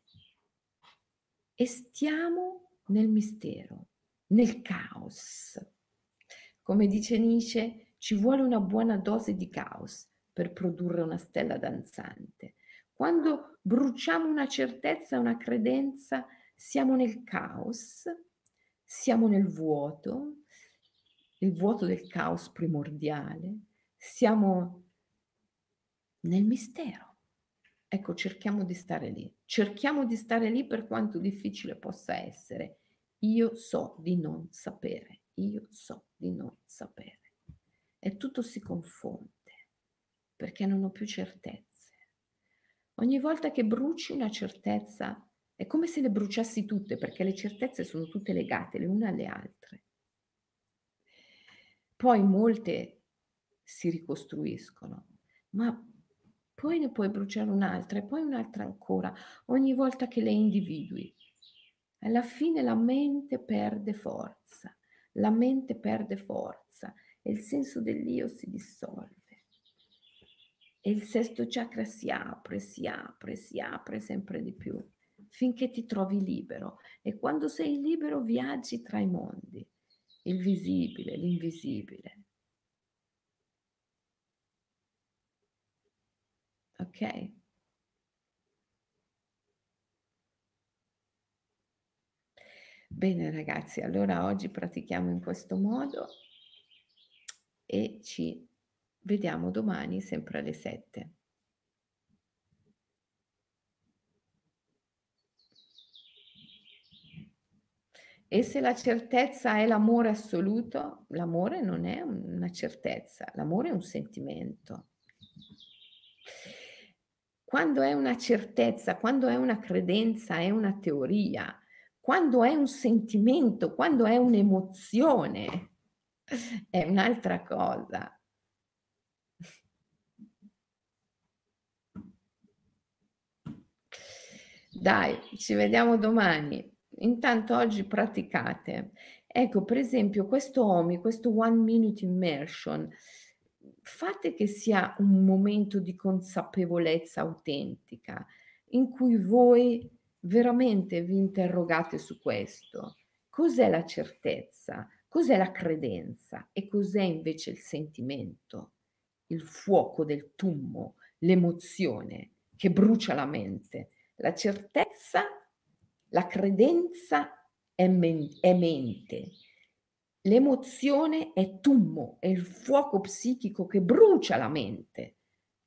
e stiamo nel mistero, nel caos. Come dice Nietzsche, ci vuole una buona dose di caos per produrre una stella danzante. Quando bruciamo una certezza, una credenza, siamo nel caos, siamo nel vuoto, il vuoto del caos primordiale, siamo nel mistero. Ecco, cerchiamo di stare lì per quanto difficile possa essere. Io so di non sapere, io so di non sapere. E tutto si confonde perché non ho più certezze. Ogni volta che bruci una certezza è come se le bruciassi tutte, perché le certezze sono tutte legate le une alle altre. Poi molte si ricostruiscono, ma poi ne puoi bruciare un'altra e poi un'altra ancora, ogni volta che le individui. Alla fine la mente perde forza, la mente perde forza e il senso dell'io si dissolve. E il sesto chakra si apre, si apre, si apre sempre di più, finché ti trovi libero. E quando sei libero viaggi tra i mondi, il visibile, l'invisibile. Ok? Bene ragazzi, allora oggi pratichiamo in questo modo e ci vediamo domani sempre alle 7. E se la certezza è l'amore assoluto, l'amore non è una certezza, l'amore è un sentimento. Quando è una certezza, quando è una credenza, è una teoria, quando è un sentimento, quando è un'emozione, è un'altra cosa. Dai, ci vediamo domani. Intanto oggi praticate. Ecco, per esempio, questo OMI, questo One Minute Immersion, fate che sia un momento di consapevolezza autentica, in cui voi veramente vi interrogate su questo. Cos'è la certezza? Cos'è la credenza? E cos'è invece il sentimento? Il fuoco del tummo, l'emozione che brucia la mente. La certezza, la credenza è mente. L'emozione è tummo, è il fuoco psichico che brucia la mente.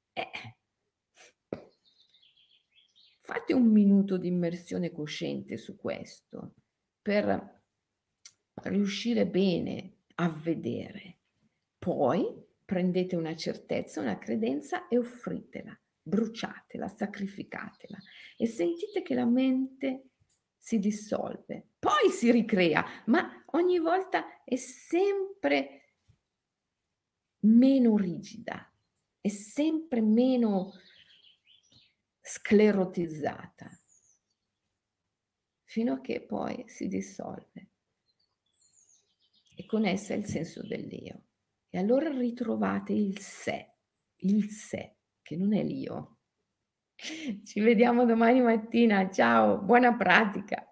Fate un minuto di immersione cosciente su questo per riuscire bene a vedere. Poi prendete una certezza, una credenza e offritela, bruciatela, sacrificatela e sentite che la mente si dissolve. Poi si ricrea, ma ogni volta è sempre meno rigida, è sempre meno sclerotizzata, fino a che poi si dissolve. E con essa il senso dell'io. E allora ritrovate il sé, che non è l'io. Ci vediamo domani mattina. Ciao, buona pratica.